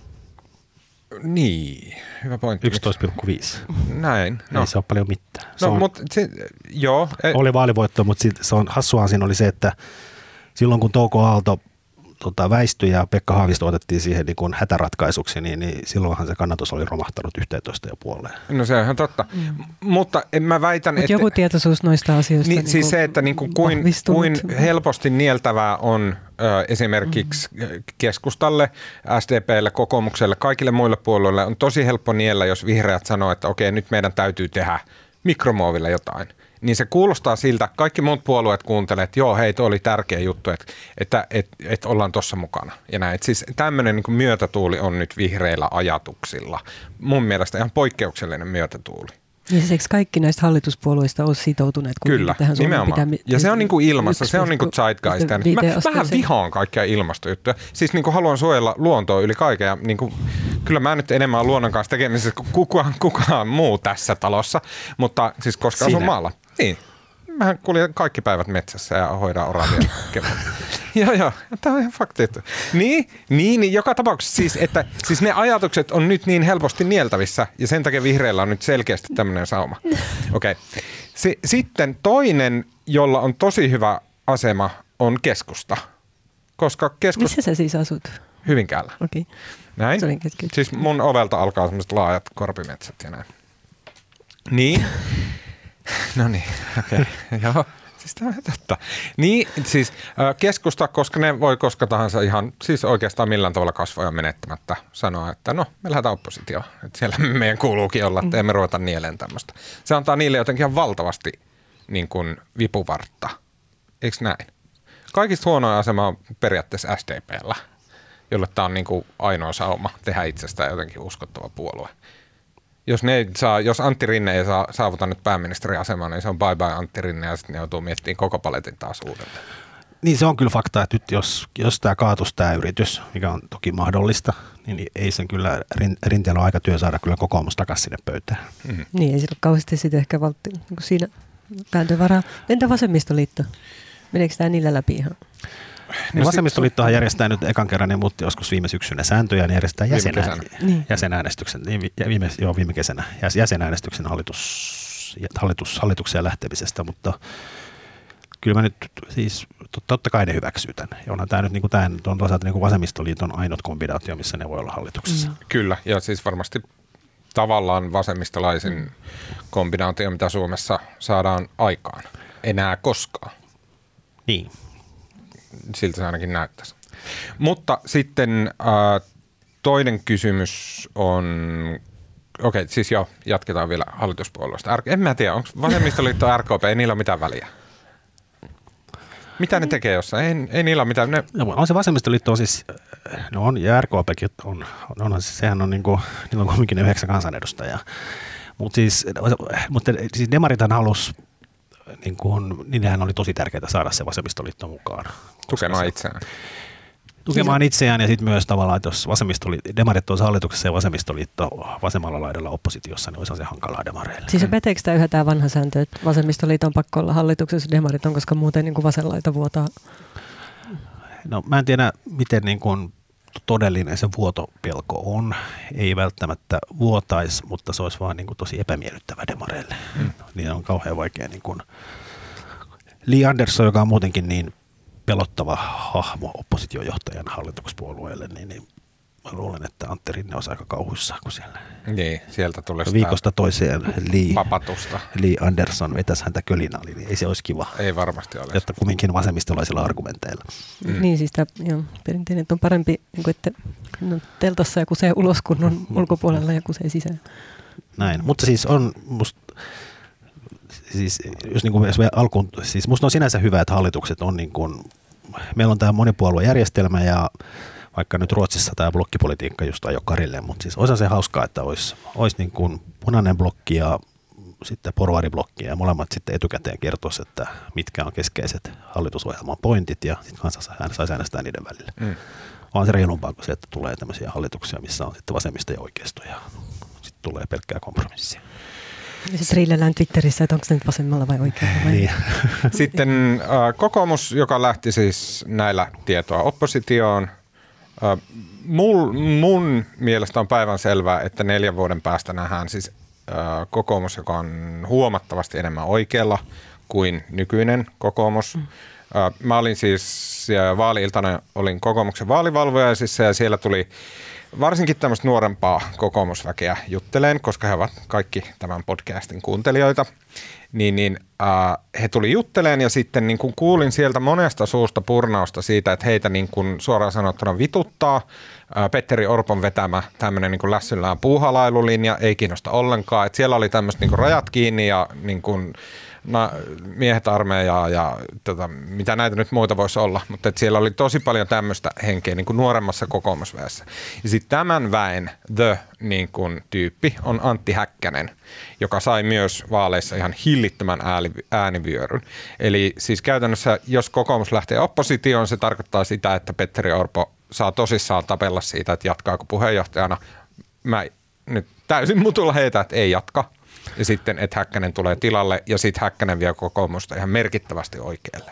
Niin, hyvä pointti. yksitoista pilkku viisi. Näin. No. Ei se ole paljon mitään. Se no, on, mut, se, joo. Oli vaalivoitto, mutta se on hassuaan siinä oli se, että silloin kun Touko Aalto Tota, väistyi ja Pekka Haavisto otettiin siihen niin kuin hätäratkaisuksi, niin, niin silloinhan se kannatus oli romahtanut yhteentoista ja puoleen. No se on ihan totta. Mm. Mutta en mä väitän, Mut että joku tietoisuus noista asioista. Niin, niin siis se, että niin kuin kuin, kuin helposti nieltävää on ö, esimerkiksi mm. keskustalle, S D P:lle, kokoomukselle, kaikille muille puolueille on tosi helppo niellä, jos vihreät sanoo, että okei, nyt meidän täytyy tehdä mikromuovilla jotain. Niin se kuulostaa siltä, kaikki muut puolueet kuuntelee, että joo, hei, tuo oli tärkeä juttu, että, että, että, että ollaan tuossa mukana. Ja näin. Et siis tämmöinen niin kuin myötätuuli on nyt vihreillä ajatuksilla. Mun mielestä ihan poikkeuksellinen myötätuuli. Ja siksi kaikki näistä hallituspuolueista on sitoutuneet Kyllä, tähän nimenomaan. Pitää, ja se on niin kuin ilmassa, se on niin kuin zeitgeist. Mä vähän vihaan kaikkia ilmastojuttuja. Siis niin kuin haluan suojella luontoa yli kaiken. Ja niin kuin, kyllä mä nyt enemmän olen luonnon kanssa tekemisessä kuin kukaan, kukaan muu tässä talossa. Mutta siis koska asun maalla. Niin. Mähän kuljen kaikki päivät metsässä ja hoidan oravia keväällä. Joo, joo. Tämä on ihan fakti. Niin, niin, niin, joka tapauksessa siis, että siis ne ajatukset on nyt niin helposti nieltävissä ja sen takia vihreillä on nyt selkeästi tämmöinen sauma. Okei. Okay. Sitten toinen, jolla on tosi hyvä asema, on keskusta. Koska keskusta... Missä sä siis asut? Hyvinkäällä. Okei. Okay. Näin. Siis mun ovelta alkaa semmoiset laajat korpimetsät ja näin. Niin. No niin, okei. Okay. Joo. Siis tämä on totta. Niin, siis keskusta, koska ne voi koska tahansa ihan, siis oikeastaan millään tavalla kasvoja menettämättä sanoa, että no, me lähdetään oppositioon. Että siellä meidän kuuluukin olla, että emme ruveta nieleen tämmöistä. Se antaa niille jotenkin ihan valtavasti niin kuin vipuvartta. Eikö näin? Kaikista huonoin asema on periaatteessa S D P:llä, jolle tämä on niin kuin ainoa sauma tehdä itsestään jotenkin uskottava puolue. Jos, ne ei saa, jos Antti Rinne ei saa, saavuta nyt pääministeriasemaa, niin se on bye bye Antti Rinne ja sitten ne joutuu miettimään koko paletin taas uudelleen. Niin se on kyllä fakta, että nyt jos, jos tämä kaatus tämä yritys, mikä on toki mahdollista, niin ei sen kyllä Rinteellä ole aika työ saada kyllä kokoomus takaisin sinne pöytään. Mm-hmm. Niin ei sillä ole kauheasti sitten ehkä valtti, niin siinä vääntövaraa. Entä vasemmistoliitto? Meneekö tämä niillä läpi ihan? Niin vasemmistoliittohan järjestää nyt ekan kerran, niin muutti joskus viime syksynä sääntöjä, niin järjestää jäsenä, niin. jäsenäänestyksen, niin viime, joo, viime kesänä jäsenäänestyksen hallitus, hallitus, hallitukseen lähtemisestä, mutta kyllä mä nyt siis totta kai ne hyväksyy tämän. Ja onhan tämä nyt niin kuin tämän, on toisaalta niin kuin vasemmistoliiton ainut kombinaatio, missä ne voi olla hallituksessa. Mm. Kyllä, ja siis varmasti tavallaan vasemmistolaisin mm. kombinaatio, mitä Suomessa saadaan aikaan. Enää koskaan. Niin. Siltä se ainakin näyttäisi. Mutta sitten äh, toinen kysymys on, okei okay, siis joo, jatketaan vielä hallituspuolueesta. En mä tiedä, onko vasemmistoliitto ja R K P, ei niillä ole mitään väliä? Mitä ne tekee jossain? Ei, ei niillä ole mitään. Ne... No, on se vasemmistoliitto on siis, no on, ja R K Pkin on, on, on sehän on niin kuin, niillä on kuitenkin ne yhdeksän kansanedustajaa. Mutta siis, mutta siis demarithan halusi, niin kuin, niinhän oli tosi tärkeää saada se vasemmistoliitto mukaan. Tukemaan itseään. tukemaan itseään ja sitten myös tavallaan, että jos vasemmistoliitto, demarit olisi hallituksessa ja vasemmistoliitto vasemmalla laidalla oppositiossa, niin olisi se hankalaa demareille. Siis peteekö tämä yhä tämä vanha sääntö, että vasemmistoliiton on pakko olla hallituksessa demarit on, koska muuten niin kuin vasenlaita vuotaa? No mä en tiedä, miten niin kuin todellinen se vuotopelko on. Ei välttämättä vuotaisi, mutta se olisi vaan niin kuin tosi epämiellyttävä demareille. Mm. Niin on kauhean vaikea. Niin kuin Li Andersson, joka on muutenkin niin pelottava hahmo oppositiojohtajan hallituspuolueelle, niin, niin mä luulen, että Antti Rinne on aika kauhuissaan kuin siellä. Niin, sieltä tulee viikosta toiseen Li, papatusta. Li Andersson vetäisi häntä kölinaliin, niin ei se olisi kiva. Ei varmasti ole. Että kumminkin vasemmistolaisilla argumenteilla. Mm. Niin siis tämä joo, perinteinen, että on parempi, niin kuin, että no, teltassa ja kusee ulos, kun on ulkopuolella ja kusee sisään. Näin, mutta siis on musta, siis jos, niin kuin, jos alkuun, siis musta on sinänsä hyvä, että hallitukset on niin kuin, meillä on tämä monipuoluejärjestelmä ja vaikka nyt Ruotsissa tämä blokkipolitiikka just ajoi karilleen, mutta siis olisi se hauskaa, että olisi, olisi niin kuin punainen blokki ja sitten porvariblokki ja molemmat sitten etukäteen kertoisi, että mitkä on keskeiset hallitusohjelman pointit ja sitten kanssa saisi äänestää niiden välillä. Mm. On se reilumpaa kuin se, että tulee tämmöisiä hallituksia, missä on sitten vasemmista ja oikeisto ja sitten tulee pelkkää kompromissia. Ja sitten riilellään Twitterissä, että onko se nyt vasemmalla vai oikealla vai? Niin. Sitten äh, kokoomus, joka lähti siis näillä tietoa oppositioon. Äh, mul, mun mielestä on päivänselvää, että neljän vuoden päästä nähdään siis äh, kokoomus, joka on huomattavasti enemmän oikealla kuin nykyinen kokoomus. Mm. Äh, mä olin siis vaali-iltana olin kokoomuksen vaalivalvoja siis, ja siellä tuli varsinkin tämmöistä nuorempaa kokoomusväkeä jutteleen, koska he ovat kaikki tämän podcastin kuuntelijoita, niin, niin äh, he tuli jutteleen ja sitten niin kun kuulin sieltä monesta suusta purnausta siitä, että heitä niin kun suoraan sanottuna vituttaa. Äh, Petteri Orpon vetämä tämmöinen niin kun lässyllään puuhalailulinja ei kiinnosta ollenkaan, että siellä oli tämmöiset niin kun rajat kiinni ja niin kun No, miehet armeijaa ja tota, mitä näitä nyt muita voisi olla, mutta et siellä oli tosi paljon tämmöistä henkeä niin kuin nuoremmassa kokoomusväessä. Ja sitten tämän väen the niin kuin, tyyppi on Antti Häkkänen, joka sai myös vaaleissa ihan hillittömän äänivyöryn. Eli siis käytännössä, jos kokoomus lähtee oppositioon, se tarkoittaa sitä, että Petteri Orpo saa tosissaan tapella siitä, että jatkaako puheenjohtajana. Mä nyt täysin mutulla heitä, että ei jatka. Ja sitten, että Häkkänen tulee tilalle ja sitten Häkkänen vie kokoomusta ihan merkittävästi oikealle.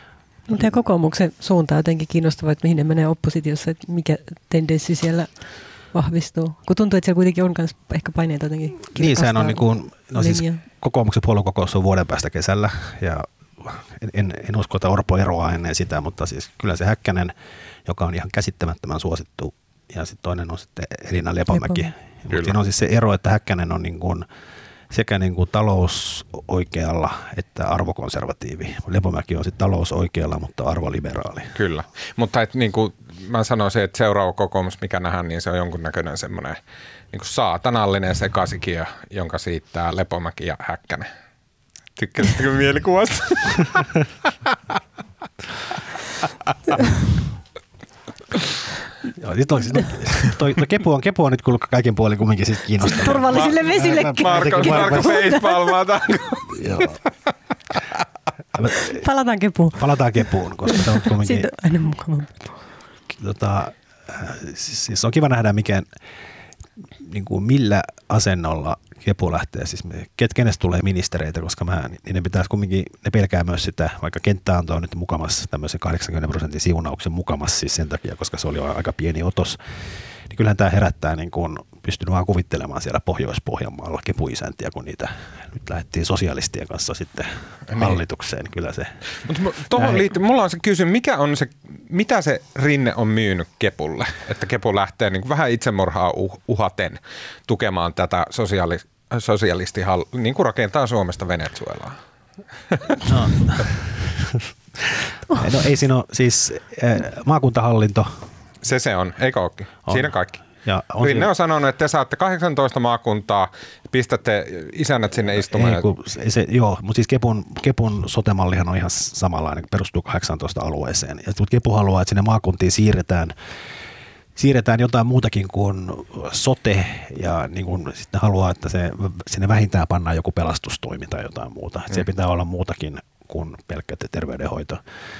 Tämä kokoomuksen suunta on jotenkin kiinnostavaa, että mihin ne menee oppositiossa, että mikä tendenssi siellä vahvistuu. Kun tuntuu, että siellä kuitenkin on myös ehkä paineita jotenkin kirkastaa. Niin, sehän on niin kuin, no siis kokoomuksen puoluekokous on vuoden päästä kesällä ja en, en, en usko, että Orpo eroaa ennen sitä, mutta siis kyllä se Häkkänen, joka on ihan käsittämättömän suosittu ja sitten toinen on sitten Elina Lepomäki. Mutta siinä on siis se ero, että Häkkänen on niin kuin sekä niin kuin talous oikealla että arvokonservatiivi. Lepomäki on sitten talous oikealla, mutta arvoliberaali. Kyllä, mutta et niin kuin mä sanoisin, että seuraava kokoomus, mikä nähdään, niin se on jonkunnäköinen semmoinen niin kuin saatanallinen sekasikia, jonka siittää Lepomäki ja Häkkänen. Tykkäsittekö mielikuvasta? Joo, toi, toi, toi kepu, on, kepu on nyt kuullut kaiken puolin kumminkin siis kiinnostavaa. Turvallisille vesillekin. Marko, Marko facepalmaa. Joo. Palataan kepuun. Palataan kepuun, koska se on kumminkin. Siitä on aina mukava. Tota, siis, siis on kiva nähdä, mikä, niin kuin millä asennolla kepu lähtee. Siis ket, kenestä tulee ministereitä, koska mä, niin ne pitäisi kumminkin, ne pelkää myös sitä, vaikka kenttä antoi nyt mukamassa tämmöisen kahdeksankymmentä prosentin siunauksen mukamassa siis sen takia, koska se oli aika pieni otos. Niin kyllähän tämä herättää, niin kuin pystyn vaan kuvittelemaan siellä Pohjois-Pohjanmaalla kepuisäntiä, kun niitä nyt lähdettiin sosialistien kanssa sitten niin hallitukseen. Kyllä se. Mutta tuohon liittyen, mulla on se kysymys, mikä on se, mitä se Rinne on myynyt kepulle, että kepu lähtee niin kuin vähän itsemurhaa uhaten tukemaan tätä sosiaali, sosialisti, niin kuin rakentaa Suomesta Venezuelaa. No. No ei siinä ole, siis maakuntahallinto. Se se on, eikö olekin? On. Siinä kaikki. Ja on Rinne on sanonut, että te saatte kahdeksantoista maakuntaa, pistätte isännät sinne istumaan. Ei, kun, se, joo, mutta siis Kepun, Kepun sote-mallihan on ihan samanlainen, perustuu kahdeksaantoista alueeseen. Ja Kepu haluaa, että sinne maakuntiin siirretään, siirretään jotain muutakin kuin sote, ja niin kuin sitten haluaa, että se, sinne vähintään pannaan joku pelastustoimi tai jotain muuta. Mm. Siellä pitää olla muutakin kuin pelkkä terveydenhoito.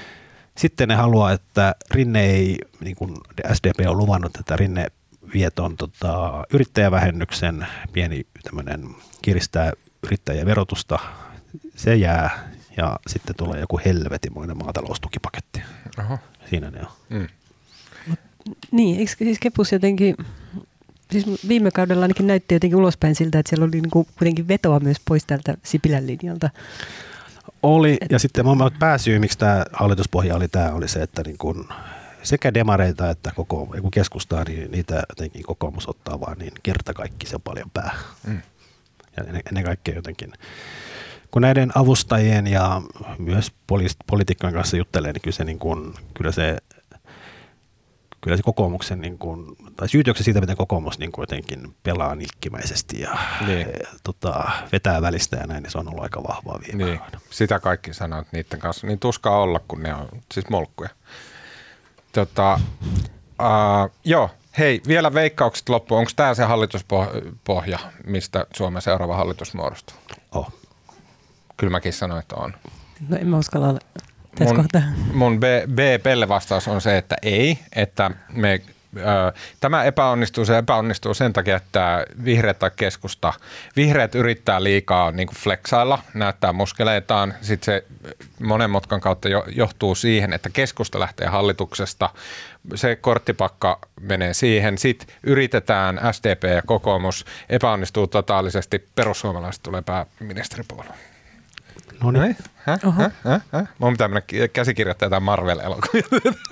Sitten ne haluaa, että Rinne ei, niin kuin S D P on luvannut, että Rinne vie ton tota, yrittäjävähennyksen, pieni tämmöinen kiristää yrittäjien verotusta, se jää ja sitten tulee joku helvetimoinen maataloustukipaketti. Oho. Siinä ne on. Mm. Niin, eikö siis Kepus jotenkin, siis viime kaudella ainakin näytti jotenkin ulospäin siltä, että siellä oli niinku kuitenkin vetoa myös pois tältä Sipilän linjalta. Oli, ja sitten mun mielestä pääsyy, miksi tämä hallituspohja oli tämä, oli se, että niin kun sekä demareita että koko, kun keskustaa, niin niitä jotenkin kokoomus ottaa vaan niin kerta kaikki se paljon päähän. Mm. Ja ennen kaikkea jotenkin, kun näiden avustajien ja myös poliitikkojen kanssa juttelee, niin kyllä se, niin kun, kyllä se, kyllä se kokoomuksen, niin kun, tai syytöksen siitä, miten kokoomus niin kun jotenkin pelaa nilkkimäisesti ja niin. e, tota, vetää välistä ja näin, niin se on ollut aika vahvaa viime niin. Sitä kaikki sanoo, että niiden kanssa niin tuskaa olla, kun ne on siis molkkuja. Tota, uh, joo, hei, vielä veikkaukset loppuun. Onko tämä se hallituspohja, mistä Suomen seuraava hallitus muodostuu? Oh. Kyllä mäkin sanoin, että on. No en mä uskalla tässä mun, kohtaa. Mun B, B-pelle vastaus on se, että ei, että me, ö, tämä epäonnistuu, se epäonnistuu sen takia, että vihreät tai keskusta, vihreät yrittää liikaa niin kuin flexailla, näyttää muskeleitaan, sitten se monen mutkan kautta jo, johtuu siihen, että keskusta lähtee hallituksesta, se korttipakka menee siihen, sitten yritetään S D P ja kokoomus, epäonnistuu totaalisesti, perussuomalaiset tulee pääministeripuolue. No niin. Häh? Häh? Häh? Häh? Mun pitää mennä käsikirjoittaa jotain Marvel-elokuvia.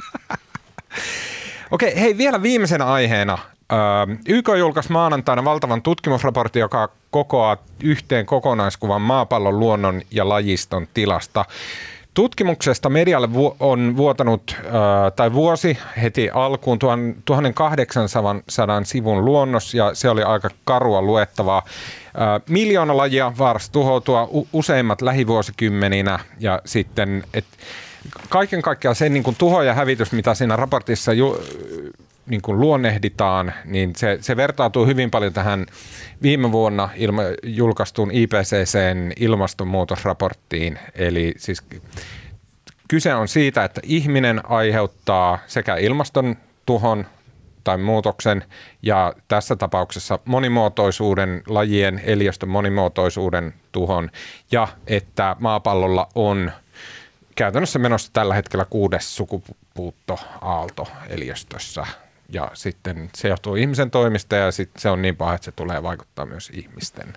Okei, okay, hei vielä viimeisenä aiheena. Y K julkaisi maanantaina valtavan tutkimusraportin, joka kokoaa yhteen kokonaiskuvan maapallon, luonnon ja lajiston tilasta. Tutkimuksesta medialle on vuotanut, tai vuosi heti alkuun tuhatkahdeksansadan sivun luonnos, ja se oli aika karua luettavaa. Miljoona lajia vaarassa tuhoutua, useimmat lähivuosikymmeninä, ja sitten et kaiken kaikkiaan se niin kuin tuho ja hävitys, mitä siinä raportissa ju, niin kuin luonnehditaan, niin se, se vertautuu hyvin paljon tähän viime vuonna ilma, julkaistuun I P C C:n ilmastonmuutosraporttiin. Eli siis kyse on siitä, että ihminen aiheuttaa sekä ilmaston tuhon tai muutoksen ja tässä tapauksessa monimuotoisuuden, lajien, eliöstön monimuotoisuuden tuhon ja että maapallolla on käytännössä menossa tällä hetkellä kuudes sukupuuttoaalto eliöstössä. Ja sitten se johtuu ihmisen toimista ja sitten se on niin paha, että se tulee vaikuttaa myös ihmisten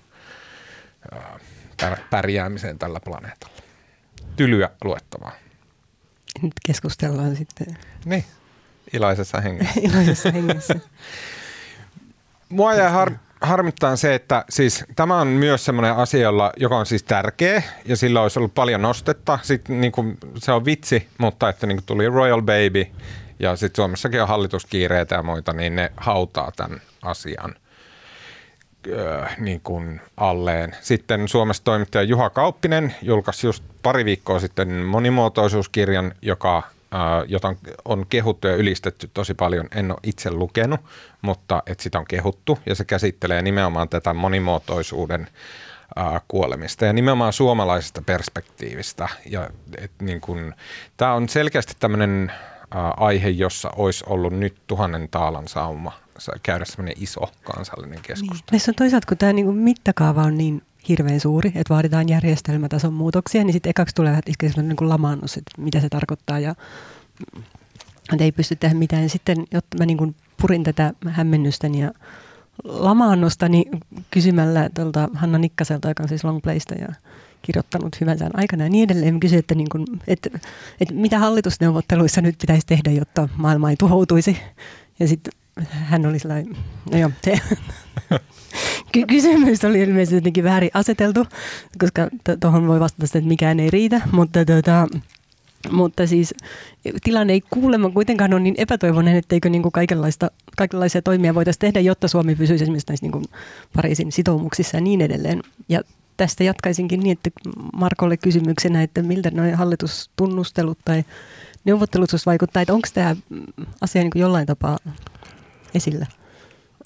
pärjäämiseen tällä planeetalla. Tylyä luettavaa. Nyt keskustellaan sitten. Niin, ilaisessa hengessä. ilaisessa hengessä. Mua jää har, harmittaa se, että siis tämä on myös semmoinen asia, jolla, joka on siis tärkeä ja sillä olisi ollut paljon nostetta. Sitten niin kuin, se on vitsi, mutta että niin kuin tuli Royal Baby ja sitten Suomessakin on hallituskiireitä ja muita, niin ne hautaa tämän asian öö, niin kuin alleen. Sitten Suomessa toimittaja Juha Kauppinen julkaisi just pari viikkoa sitten monimuotoisuuskirjan, joka jota on kehuttu ja ylistetty tosi paljon. En ole itse lukenut, mutta että sitä on kehuttu ja se käsittelee nimenomaan tätä monimuotoisuuden kuolemista ja nimenomaan suomalaisesta perspektiivistä. Ja, et niin kun, tämä on selkeästi tämmöinen aihe, jossa olisi ollut nyt tuhannen taalan sauma käydä semmoinen iso kansallinen keskustelu. Niin. On toisaalta, kun tämä niin mittakaava on niin hirveän suuri, että vaaditaan järjestelmätason muutoksia, niin sitten ekaksi tulee vähän iskeä sellainen niin lamaannus, että mitä se tarkoittaa ja että ei pysty tehdä mitään. Sitten, jotta mä niin kuin purin tätä hämmennystäni ja lamaannustani kysymällä tuolta Hanna Nikkaselta, joka on siis Longplaysta ja kirjoittanut hyvän sään aikana ja niin edelleen. Kysyin, että, niin kuin, että, että mitä hallitusneuvotteluissa nyt pitäisi tehdä, jotta maailma ei tuhoutuisi. Ja sitten hän oli sellainen, no joo, se Ky- kysymys oli ilmeisesti jotenkin väärin aseteltu, koska tuohon voi vastata sitä, että mikään ei riitä, mutta, tuota, mutta siis tilanne ei kuulemma kuitenkaan ole niin epätoivoinen, etteikö niin kuin kaikenlaista, kaikenlaisia toimia voitaisiin tehdä, jotta Suomi pysyisi esimerkiksi näissä niin kuin Pariisin sitoumuksissa ja niin edelleen. Ja tästä jatkaisinkin niin, että Markolle kysymyksenä, että miltä nuo hallitustunnustelut tai neuvottelut vaikuttaa, että onko tämä asia niin kuin jollain tapaa esillä?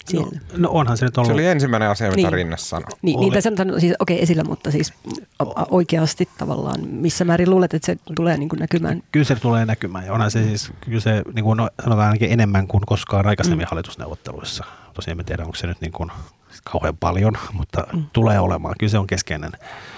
siellä. No, no onhan se nyt ollut. Se oli ensimmäinen asia, mitä Niin. Rinne sanoi. Niin, niitä sanotaan siis okei okay, esillä, mutta siis oikeasti tavallaan missä määrin luulet, että se tulee niin kuin näkymään? Kyllä se tulee näkymään ja onhan se siis, kyllä se niin kuin no, sanotaan ainakin enemmän kuin koskaan aikaisemmin mm. hallitusneuvotteluissa. Tosiaan me tiedän, onko se nyt niin kuin kauhean paljon, mutta mm. tulee olemaan. Kyllä se on keskeinen.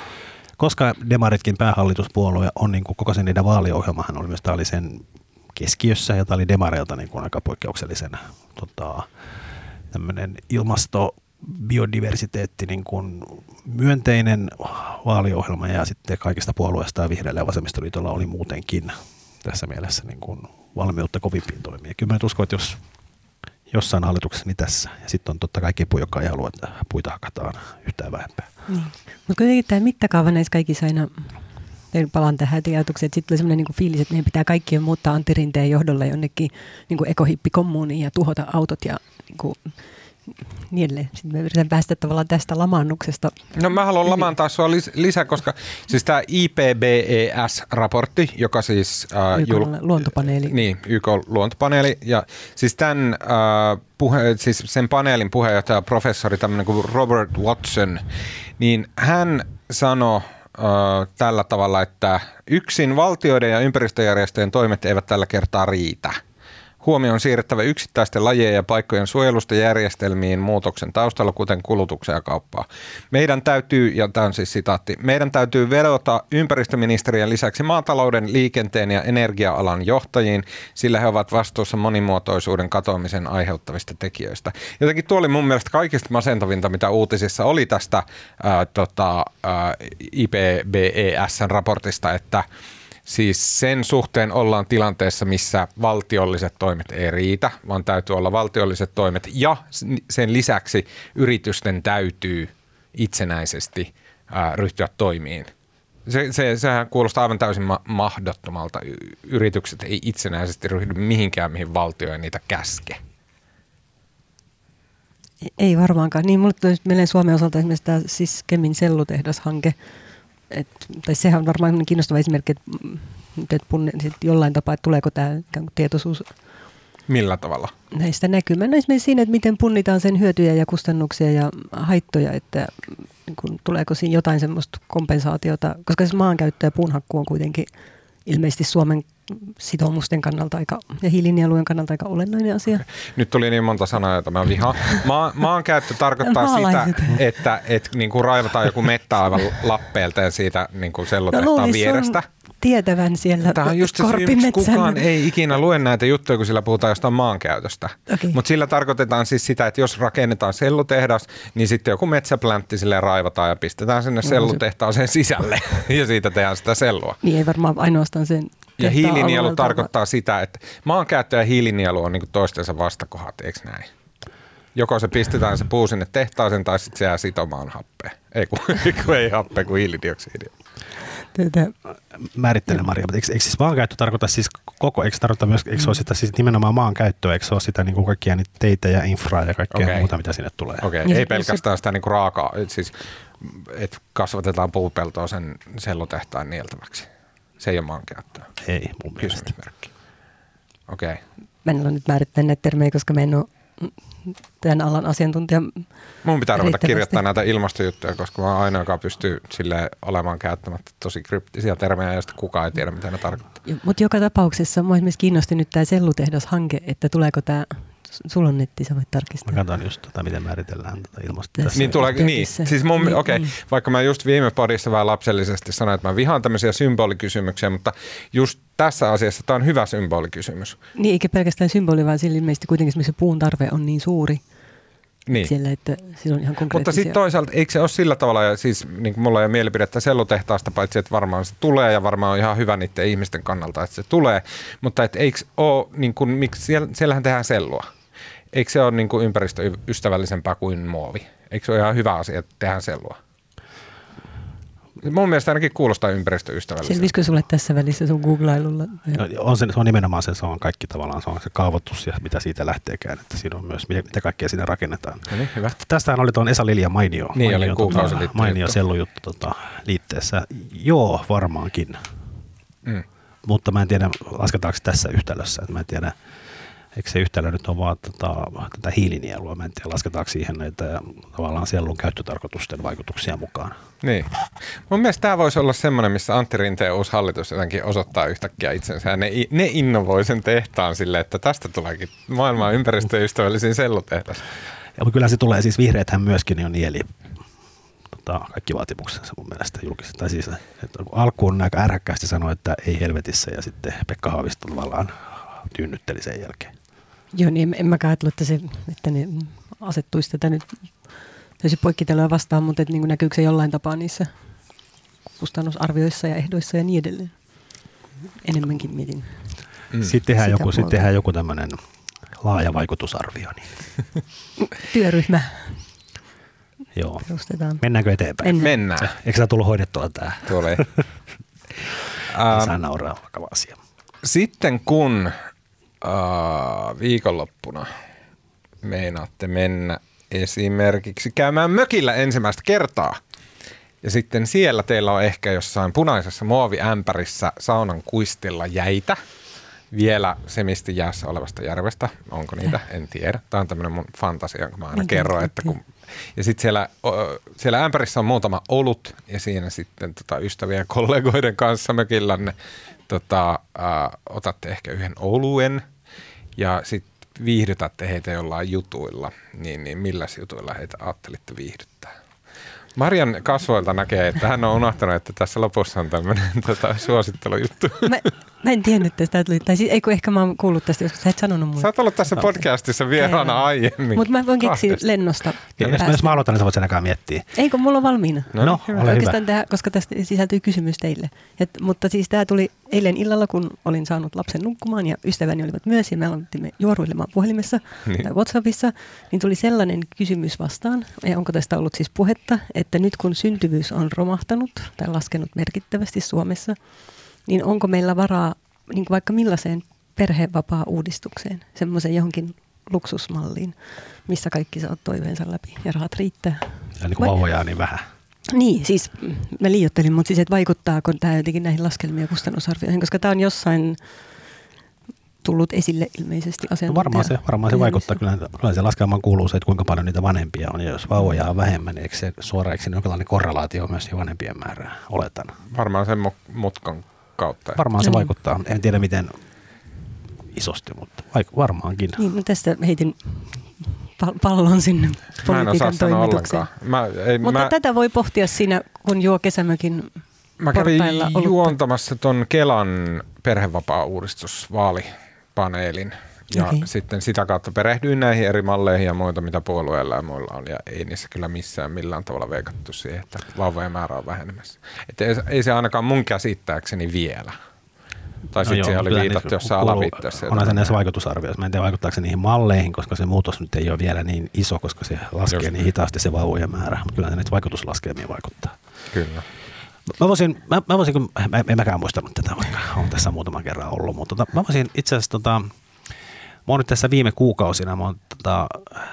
Koska demaritkin päähallituspuolue on niin kuin koko sen niiden vaaliohjelmahan oli myös, tämä oli sen keskiössä ja tämä oli demareilta niin kuin aika poikkeuksellisen tota, tämmöinen ilmasto, biodiversiteetti niin kuin myönteinen vaaliohjelma ja sitten kaikista puolueista ja vihreällä ja vasemmistoliitolla oli muutenkin tässä mielessä niin kuin valmiutta kovimpiin toimia. Kyllä mä nyt uskon, että jos jossain hallituksessa, niin tässä. Ja sitten on totta kai kepu, joka ei halua, että puita hakataan yhtään vähempää. Niin. Mutta kuitenkin tämä mittakaava näissä kaikissa aina, palaan tähän ajatukseen, että sitten tuli sellainen niin fiilis, että meidän pitää kaikkien muuttaa Antti Rinteen johdolla jonnekin niin ekohippikommuuniin ja tuhota autot ja niin kuin, niin edelleen. Sitten me yritetään päästä tavallaan tästä lamaannuksesta. No mä haluan lamaantaa sua lis- lisää, koska siis tämä I P B E S-raportti, joka siis äh, Y K jul- luontopaneeli. Niin, Y K-luontopaneeli. Ja siis, tämän, äh, puhe- siis sen paneelin puheenjohtaja, professori, tämmöinen kuin Robert Watson, niin hän sanoi äh, tällä tavalla, että yksin valtioiden ja ympäristöjärjestöjen toimet eivät tällä kertaa riitä. Huomio on siirrettävä yksittäisten lajien ja paikkojen suojelusta järjestelmiin muutoksen taustalla, kuten kulutuksen ja kauppaa. Meidän täytyy, ja tämä on siis sitaatti, meidän täytyy vedota ympäristöministeriön lisäksi maatalouden, liikenteen ja energia-alan johtajiin, sillä he ovat vastuussa monimuotoisuuden katoamisen aiheuttavista tekijöistä. Jotenkin tuo oli mun mielestä kaikista masentavinta, mitä uutisissa oli tästä ää, tota, ää, I P B E S:n raportista, että siis sen suhteen ollaan tilanteessa, missä valtiolliset toimet ei riitä, vaan täytyy olla valtiolliset toimet ja sen lisäksi yritysten täytyy itsenäisesti ää, ryhtyä toimiin. Se, se, sehän kuulostaa aivan täysin ma- mahdottomalta. Yritykset ei itsenäisesti ryhdy mihinkään, mihin valtio ei niitä käske. Ei varmaankaan. Niin, mulle tuli mieleen Suomen osalta esimerkiksi tämä siis Kemin sellutehdashanke. Et, tai sehän on varmaan kiinnostava esimerkki, että, että punne, sit jollain tapaa, että tuleeko tämä tietoisuus. Millä tavalla? Näistä näkymään. No esimerkiksi siinä, että miten punnitaan sen hyötyjä ja kustannuksia ja haittoja, että niin kun, tuleeko siinä jotain semmoista kompensaatiota, koska se maankäyttö ja puunhakku on kuitenkin ilmeisesti Suomen sitoumusten kannalta aika, ja hiilinielujen kannalta aika olennainen asia. Okay. Nyt tuli niin monta sanaa, jota mä vihaan. Ma- maankäyttö tarkoittaa sitä, että et, niin kuin raivataan joku mettä aivan lappeelta ja siitä niin kuin sellutehtaan no, vierestä. Tietävän siellä tämä on just se syy, miksi kukaan ei ikinä lue näitä juttuja, kun sillä puhutaan jostain maankäytöstä. Okay. Mutta sillä tarkoitetaan siis sitä, että jos rakennetaan sellutehdas, niin sitten joku metsäpläntti sille raivataan ja pistetään sinne no, sellutehtaaseen se sisälle ja siitä tehdään sitä sellua. Niin ei varmaan ainoastaan sen. Ja hiilinielu tarkoittaa sitä, että maankäyttö ja hiilinielu on niin kuin toistensa vastakohdat, eikö näin? Joko se pistetään se puu sinne tehtaaseen tai sitten se jää sitomaan happea. Ei kun, kun ei happea, kuin hiilidioksidia. Määrittelen Maria, mutta eikö, eikö siis maankäyttö tarkoita siis koko, eikö tarkoita myös, eikö se ole sitä siis nimenomaan maankäyttöä, eikö se ole sitä niin kuin kaikkia niitä teitä ja infraa ja kaikkea okay. muuta, mitä sinne tulee? Okei, okay. ei pelkästään sitä niin kuin raakaa, siis että kasvatetaan puupeltoa sen sellutehtaan nieltäväksi. Se ei ole maankäyttöä. Ei, mun mielestä. Kysymysmerkki. Okei. Okay. Mä en ole nyt määrittänyt näitä termejä, koska mä en ole tämän alan asiantuntija. Mun pitää ruveta kirjoittaa näitä ilmastojuttuja, koska mä aina, joka pystyy sille olemaan käyttämättä tosi kryptisiä termejä, joista kukaan ei tiedä, mitä ne tarkoittaa. Mutta joka tapauksessa mua esimerkiksi kiinnosti nyt tämä sellutehdashanke, että tuleeko tämä, sulla on netti, sä voit tarkistaa. Mä katson just tota, miten määritellään tätä ilmastoa. Niin, tulee, niin. Siis mun, niin, okei, niin. Vaikka mä just viime podissa vähän lapsellisesti sanoin, että mä vihaan tämmöisiä symbolikysymyksiä, mutta just tässä asiassa tämä on hyvä symbolikysymys. Niin, eikä pelkästään symboli, vaan sillä ilmeisesti kuitenkin missä puun tarve on niin suuri. Niin. Siellä, että siinä on ihan konkreettisia. Mutta sitten toisaalta, eikö se ole sillä tavalla, ja siis niin kuin mulla ei ole mielipidettä sellutehtaasta, paitsi että varmaan se tulee ja varmaan on ihan hyvä niiden ihmisten kannalta, että se tulee, mutta et eikö ole, niin kuin, miksi siellä, siellähän tehdään sellua. Eikö se ole niin kuin ympäristöystävällisempää kuin muovi? Eikö se ole ihan hyvä asia, että tehdään sellua? Mun mielestä ainakin kuulostaa ympäristöystävälliseltä. Selvisikö sulle tässä välissä sun googlailulla? No, on se, se on nimenomaan se, se on kaikki tavallaan, se on se kaavoitus ja mitä siitä lähteekään, että siinä on myös, mitä kaikkea siinä rakennetaan. No niin, hyvä. Tästähän oli tuon Esa Lilja mainio, niin, mainio, tota, mainio sellujuttu tota, liitteessä. Joo, varmaankin. Mm. Mutta mä en tiedä, lasketaanko tässä yhtälössä, että mä en tiedä, Eikö se yhtälö nyt ole vaan tota, tätä hiilinielua? Mä en tiedä, lasketaanko siihen näitä tavallaan sielun käyttötarkoitusten vaikutuksia mukaan. Niin. Mun mielestä tämä voisi olla semmoinen, missä Antti Rinteen uusi hallitus jotenkin osoittaa yhtäkkiä itsensä. Ja ne, ne innovoi sen tehtaan silleen, että tästä tuleekin maailman ympäristöystävällisin sellutehdas. Ja kyllä se tulee, siis vihreäthän myöskin on nieli tota, kaikki vaatimuksensa mun mielestä julkisesti. Tai siis, että alkuun aika ärhäkkäästi sanoi, että ei helvetissä, ja sitten Pekka Haavisto tavallaan tyynnytteli sen jälkeen. Joo, niin en, en mäkään ajatellut, että, se, että ne asettuisi tätä nyt täysin poikkitelöä vastaan, mutta että niin näkyykö se jollain tapaa niissä kustannusarvioissa ja ehdoissa ja niin edelleen. Enemmänkin mietin. Mm. Sitten tehdään joku, sit tehdään joku tämmöinen laaja vaikutusarvio. Niin. Työryhmä. Joo. Perustetaan. Mennäänkö eteenpäin? Mennään. Mennään. Eikö sä tullut hoidettua tää? Tulee. Saa nauraa vakava asia. Sitten kun uh, viikonloppuna meinaatte mennä esimerkiksi käymään mökillä ensimmäistä kertaa, ja sitten siellä teillä on ehkä jossain punaisessa muoviämpärissä saunan kuistilla jäitä, vielä semisti jäässä olevasta järvestä. Onko niitä? En tiedä. Tämä on tämmöinen mun fantasia, kun mä aina kerron, että kun... Ja sitten siellä, siellä ämpärissä on muutama olut, ja siinä sitten tota, ystävien ja kollegoiden kanssa mökillänne tota, äh, otatte ehkä yhden oluen, ja sitten viihdytätte heitä jollain jutuilla. Niin, niin milläs jutuilla heitä ajattelitte viihdyttää? Marian kasvoilta näkee, että hän on unohtanut, että tässä lopussa on tämmöinen tota, suosittelujuttu. Mä, mä en tiennyt tästä, tuli, tai siis, eikö ehkä mä oon kuullut tästä joskus, sä et sanonut mulle. Sä oot ollut tässä podcastissa vieraana aiemmin. Mutta mä voin keksiä lennosta. Ja jos, jos mä aloitan, niin sä voit sen aikaa miettiä. Eikö, mulla on valmiina. No, no ole oikeastaan hyvä. Tähän, koska tästä sisältyy kysymys teille. Et, mutta siis tämä tuli eilen illalla, kun olin saanut lapsen nukkumaan ja ystäväni olivat myös ja me aloitimme juoruilemaan puhelimessa niin. tai WhatsAppissa, niin tuli sellainen kysymys vastaan, ja onko tästä ollut siis puhetta, että nyt kun syntyvyys on romahtanut tai laskenut merkittävästi Suomessa, niin onko meillä varaa niin kuin vaikka millaiseen perhevapaa-uudistukseen, semmoiseen johonkin luksusmalliin, missä kaikki saa toiveensa läpi ja rahat riittää. Ja niin kuin vauvojaa niin vähän. Niin, siis mä liioittelin, mutta siis että vaikuttaako tämä jotenkin näihin laskelmiin ja kustannusarvioihin, koska tämä on jossain tullut esille ilmeisesti asiantuntija. No varmaan se, varmaan se vaikuttaa. Kyllä, kyllä se laskelmaan kuuluu se, että kuinka paljon niitä vanhempia on. Ja jos vauvojaa on vähemmän, niin eikö se suoraan eikö se jonkinlainen korrelaatio myös vanhempien määrään, oletan. Varmaan sen mutkan kautta. Varmaan se mm. vaikuttaa. En tiedä miten isosti, mutta vaik- varmaankin. Niin, no tästä heitin pallon sinne politiikan toimitukseen. Mä, ei, mutta mä, tätä voi pohtia siinä, kun juo kesämökin Mä kävin juontamassa ton Kelan perhevapaa-uudistusvaalipaneelin ja okay. sitten sitä kautta perehdyin näihin eri malleihin ja muita, mitä puolueilla ja muilla on. Ja ei niissä kyllä missään millään tavalla veikattu siihen, että vauvojen määrä on vähenemässä. Että ei, ei se ainakaan mun käsittääkseni vielä. Tai sitten no siihen oli viitattu jossain alaviitteessä. Onhan se näissä vaikutusarvioissa. Mä en tiedä, vaikuttaako se niihin malleihin, koska se muutos nyt ei ole vielä niin iso, koska se laskee Just niin hitaasti se vauvojen määrä. Mutta kyllä näitä vaikutuslaskelmia vaikuttaa. Kyllä. Mä voisin, mä, mä voisin, mä, en mäkään muistanut tätä, vaikka olen tässä muutaman kerran ollut, mutta tota, mä voisin itse asiassa, tota, mä oon nyt tässä viime kuukausina, mä oon tota,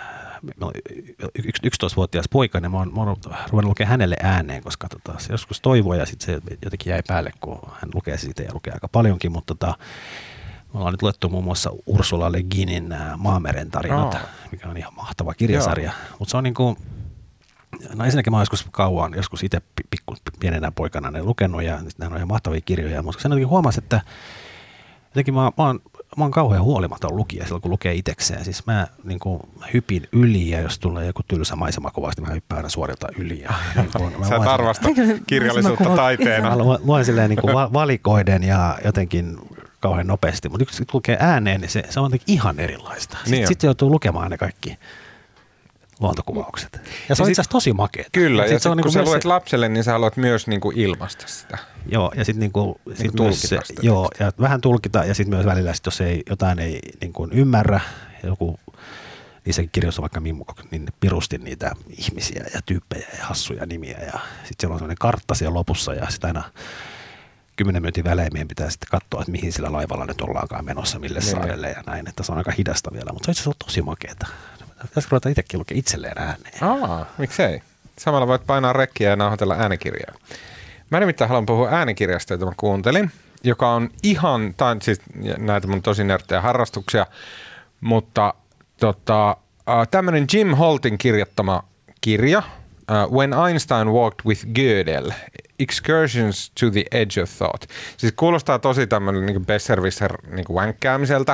yksitoistavuotias poika, niin mä oon, mä oon ruvennut lukemaan hänelle ääneen, koska tota, se joskus toivoi ja sitten se jotenkin jäi päälle, kun hän lukee siitä ja lukee aika paljonkin, mutta tota, me ollaan nyt luettu muun muassa Ursula Le Guinin Maameren tarinat, oh. mikä on ihan mahtava kirjasarja, mutta se on niin kuin, no ensinnäkin mä oon joskus kauan, joskus itse pikku pienenä poikana ne lukenut ja nämä on ihan mahtavia kirjoja, mutta sen jotenkin huomasin, että jotenkin mä, mä, oon, mä oon kauhean huolimaton lukija silloin, kun lukee itsekseen. Siis mä niin kuin hypin yli ja jos tulee joku tylsä maisemakuva, niin mä hyppään aina suorilta yli. Ja, niin kuin, Sä et arvasta kirjallisuutta taiteena. Mä luen silleen niin kuin valikoiden ja jotenkin kauhean nopeasti, mutta yksi lukee ääneen, niin se, se on jotenkin ihan erilaista. Sitten niin sit joutuu lukemaan ne kaikki luontokuvaukset. Ja se ja on itse asiassa tosi makeeta. Kyllä, ja, ja sit, kun kun sä luet se lapselle, niin sä haluat myös niinku ilmaista sitä. Joo, ja sitten niinku, niin sit myös se, joo, ja vähän tulkita, ja sitten myös välillä, sit jos ei, jotain ei niinku ymmärrä, joku, niissäkin kirjoissa vaikka Mimmu, niin pirustin niitä ihmisiä ja tyyppejä ja hassuja nimiä, ja sitten siellä on sellainen kartta siellä lopussa, ja sitten aina kymmenen minuutin välein meidän pitää sitten katsoa, että mihin sillä laivalla nyt ollaankaan menossa, mille niin. saarelle ja näin, että se on aika hidasta vielä, mutta se on itse asiassa tosi makeeta. Pitäisikö ruveta itsekin lukea itselleen ääneen? Aa, miksei? Samalla voit painaa rekkiä ja nauhoitella äänikirjaa. Mä nimittäin haluan puhua äänikirjasta, jota mä kuuntelin, joka on ihan, tai siis näitä mun tosi nörttejä harrastuksia, Mutta tota, tämmöinen Jim Holtin kirjoittama kirja, uh, When Einstein Walked with Gödel, Excursions to the Edge of Thought. Siis kuulostaa tosi tämmöinen niin besserwisser niin vänkkäämiseltä.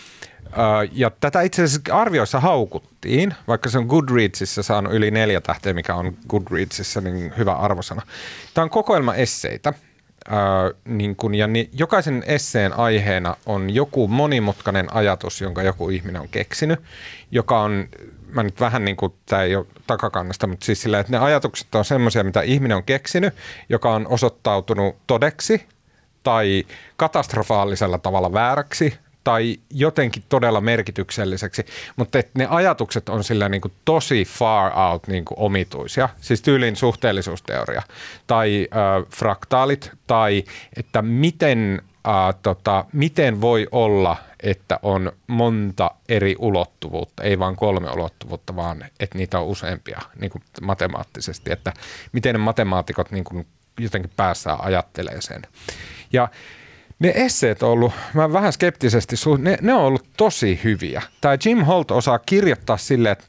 Uh, ja tätä itse asiassa arvioissa haukuttiin, vaikka se on Goodreadsissa saanut yli neljä tähteä, mikä on Goodreadsissa niin hyvä arvosana. Tämä on kokoelma esseitä. Uh, niin kun, ja niin, jokaisen esseen aiheena on joku monimutkainen ajatus, jonka joku ihminen on keksinyt, joka on, mä nyt vähän niin kuin, tämä ei ole takakannasta, mutta siis sillä, että ne ajatukset on semmoisia, mitä ihminen on keksinyt, joka on osoittautunut todeksi tai katastrofaalisella tavalla vääräksi tai jotenkin todella merkitykselliseksi, mutta että ne ajatukset on sillä niin kuin tosi far out niin kuin omituisia, siis tyylin suhteellisuusteoria tai äh, fraktaalit tai että miten, äh, tota, miten voi olla, että on monta eri ulottuvuutta, ei vain kolme ulottuvuutta, vaan että niitä on useampia niin kuin matemaattisesti, että miten ne matemaatikot niin kuin jotenkin päässään ajattelee sen. Ja ne esseet on ollut, mä vähän skeptisesti, ne, ne on ollut tosi hyviä. Tämä Jim Holt osaa kirjoittaa silleen, että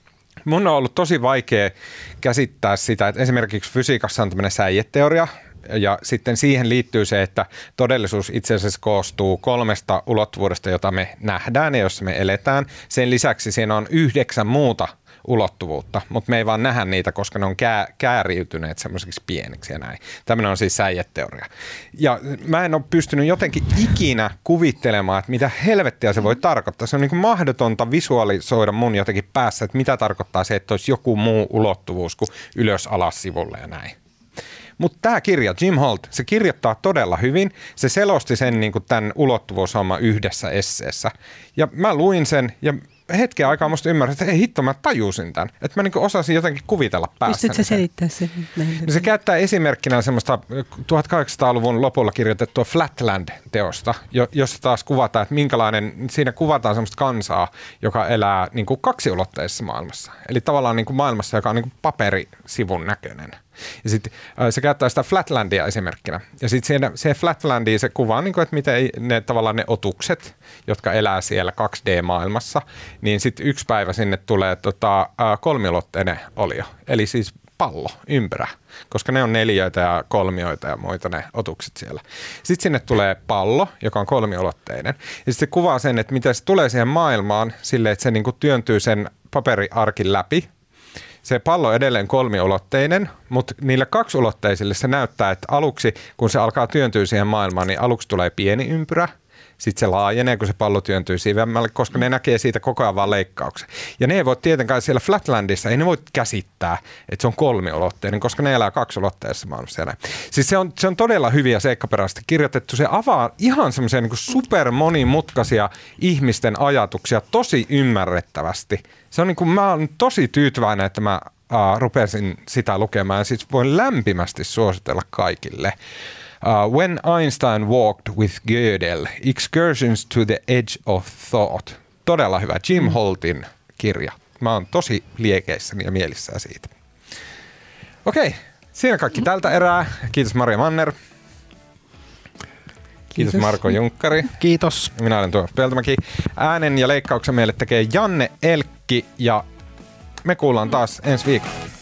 mun on ollut tosi vaikea käsittää sitä, että esimerkiksi fysiikassa on tämmöinen säijeteoria, ja sitten siihen liittyy se, että todellisuus itse asiassa koostuu kolmesta ulottuvuudesta, jota me nähdään ja jossa me eletään. Sen lisäksi siinä on yhdeksän muuta ulottuvuutta, mutta me ei vaan nähdä niitä, koska ne on kää, kääriytyneet semmoisiksi pieniksi ja näin. Tämmöinen on siis säijeteoria. Ja mä en ole pystynyt jotenkin ikinä kuvittelemaan, että mitä helvettiä se voi tarkoittaa. Se on niin kuin mahdotonta visualisoida mun jotenkin päässä, että mitä tarkoittaa se, että olisi joku muu ulottuvuus kuin ylös alas sivulle ja näin. Mutta tämä kirja, Jim Holt, se kirjoittaa todella hyvin. Se selosti sen niin kuin tämän ulottuvuushomman yhdessä esseessä. Ja mä luin sen ja hetken aikaa musta ymmärsin, että hei hitto, mä tajusin tämän. Että mä niin kuin osasin jotenkin kuvitella päässäni. Pystytkö selittää sen? No se käyttää esimerkkinä semmoista tuhatkahdeksansataaluvun lopulla kirjoitettua Flatland-teosta, jossa taas kuvataan, että minkälainen, siinä kuvataan semmoista kansaa, joka elää niin kuin kaksiulotteisessa maailmassa. Eli tavallaan niin kuin maailmassa, joka on niin kuin paperisivun näköinen. Ja sitten se käyttää sitä Flatlandia esimerkkinä. Ja sitten se Flatlandia se kuvaa, niin kuin, että miten ne tavallaan ne otukset, jotka elää siellä kaksi D-maailmassa, niin sitten yksi päivä sinne tulee tota, kolmiulotteinen olio. Eli siis pallo, ympyrä, koska ne on neliöitä ja kolmioita ja muita ne otukset siellä. Sitten sinne tulee pallo, joka on kolmiulotteinen. Ja sitten se kuvaa sen, että miten se tulee siihen maailmaan silleen, että se niin kuin työntyy sen paperiarkin läpi. Se pallo on edelleen kolmiulotteinen, mutta niille kaksiulotteisille se näyttää, että aluksi, kun se alkaa työntyä siihen maailmaan, niin aluksi tulee pieni ympyrä, sitten se laajenee, kun se pallo työntyy sivemmälle, koska ne näkee siitä koko ajan vaan leikkauksen. Ja ne ei voi tietenkään siellä Flatlandissa, ei ne voi käsittää, että se on kolmiulotteinen, koska ne elää kaksiulotteisessa maailmassa. Siis se on, se on todella hyviä seikkaperäisesti kirjoitettu. Se avaa ihan semmoisia niin kuin super monimutkaisia ihmisten ajatuksia tosi ymmärrettävästi. Se on niin kuin, mä oon tosi tyytyväinen, että mä uh, rupesin sitä lukemaan. Siis voin lämpimästi suositella kaikille. Uh, When Einstein Walked with Gödel, Excursions to the Edge of Thought. Todella hyvä Jim Holtin kirja. Mä oon tosi liekeissäni ja mielissään siitä. Okei, siinä kaikki tältä erää. Kiitos Maria Manner. Kiitos, Kiitos Marko Junkkari. Kiitos. Minä olen Tuomas Peltomäki. Äänen ja leikkauksen meille tekee Janne Elkki ja me kuullaan taas ensi viikolla.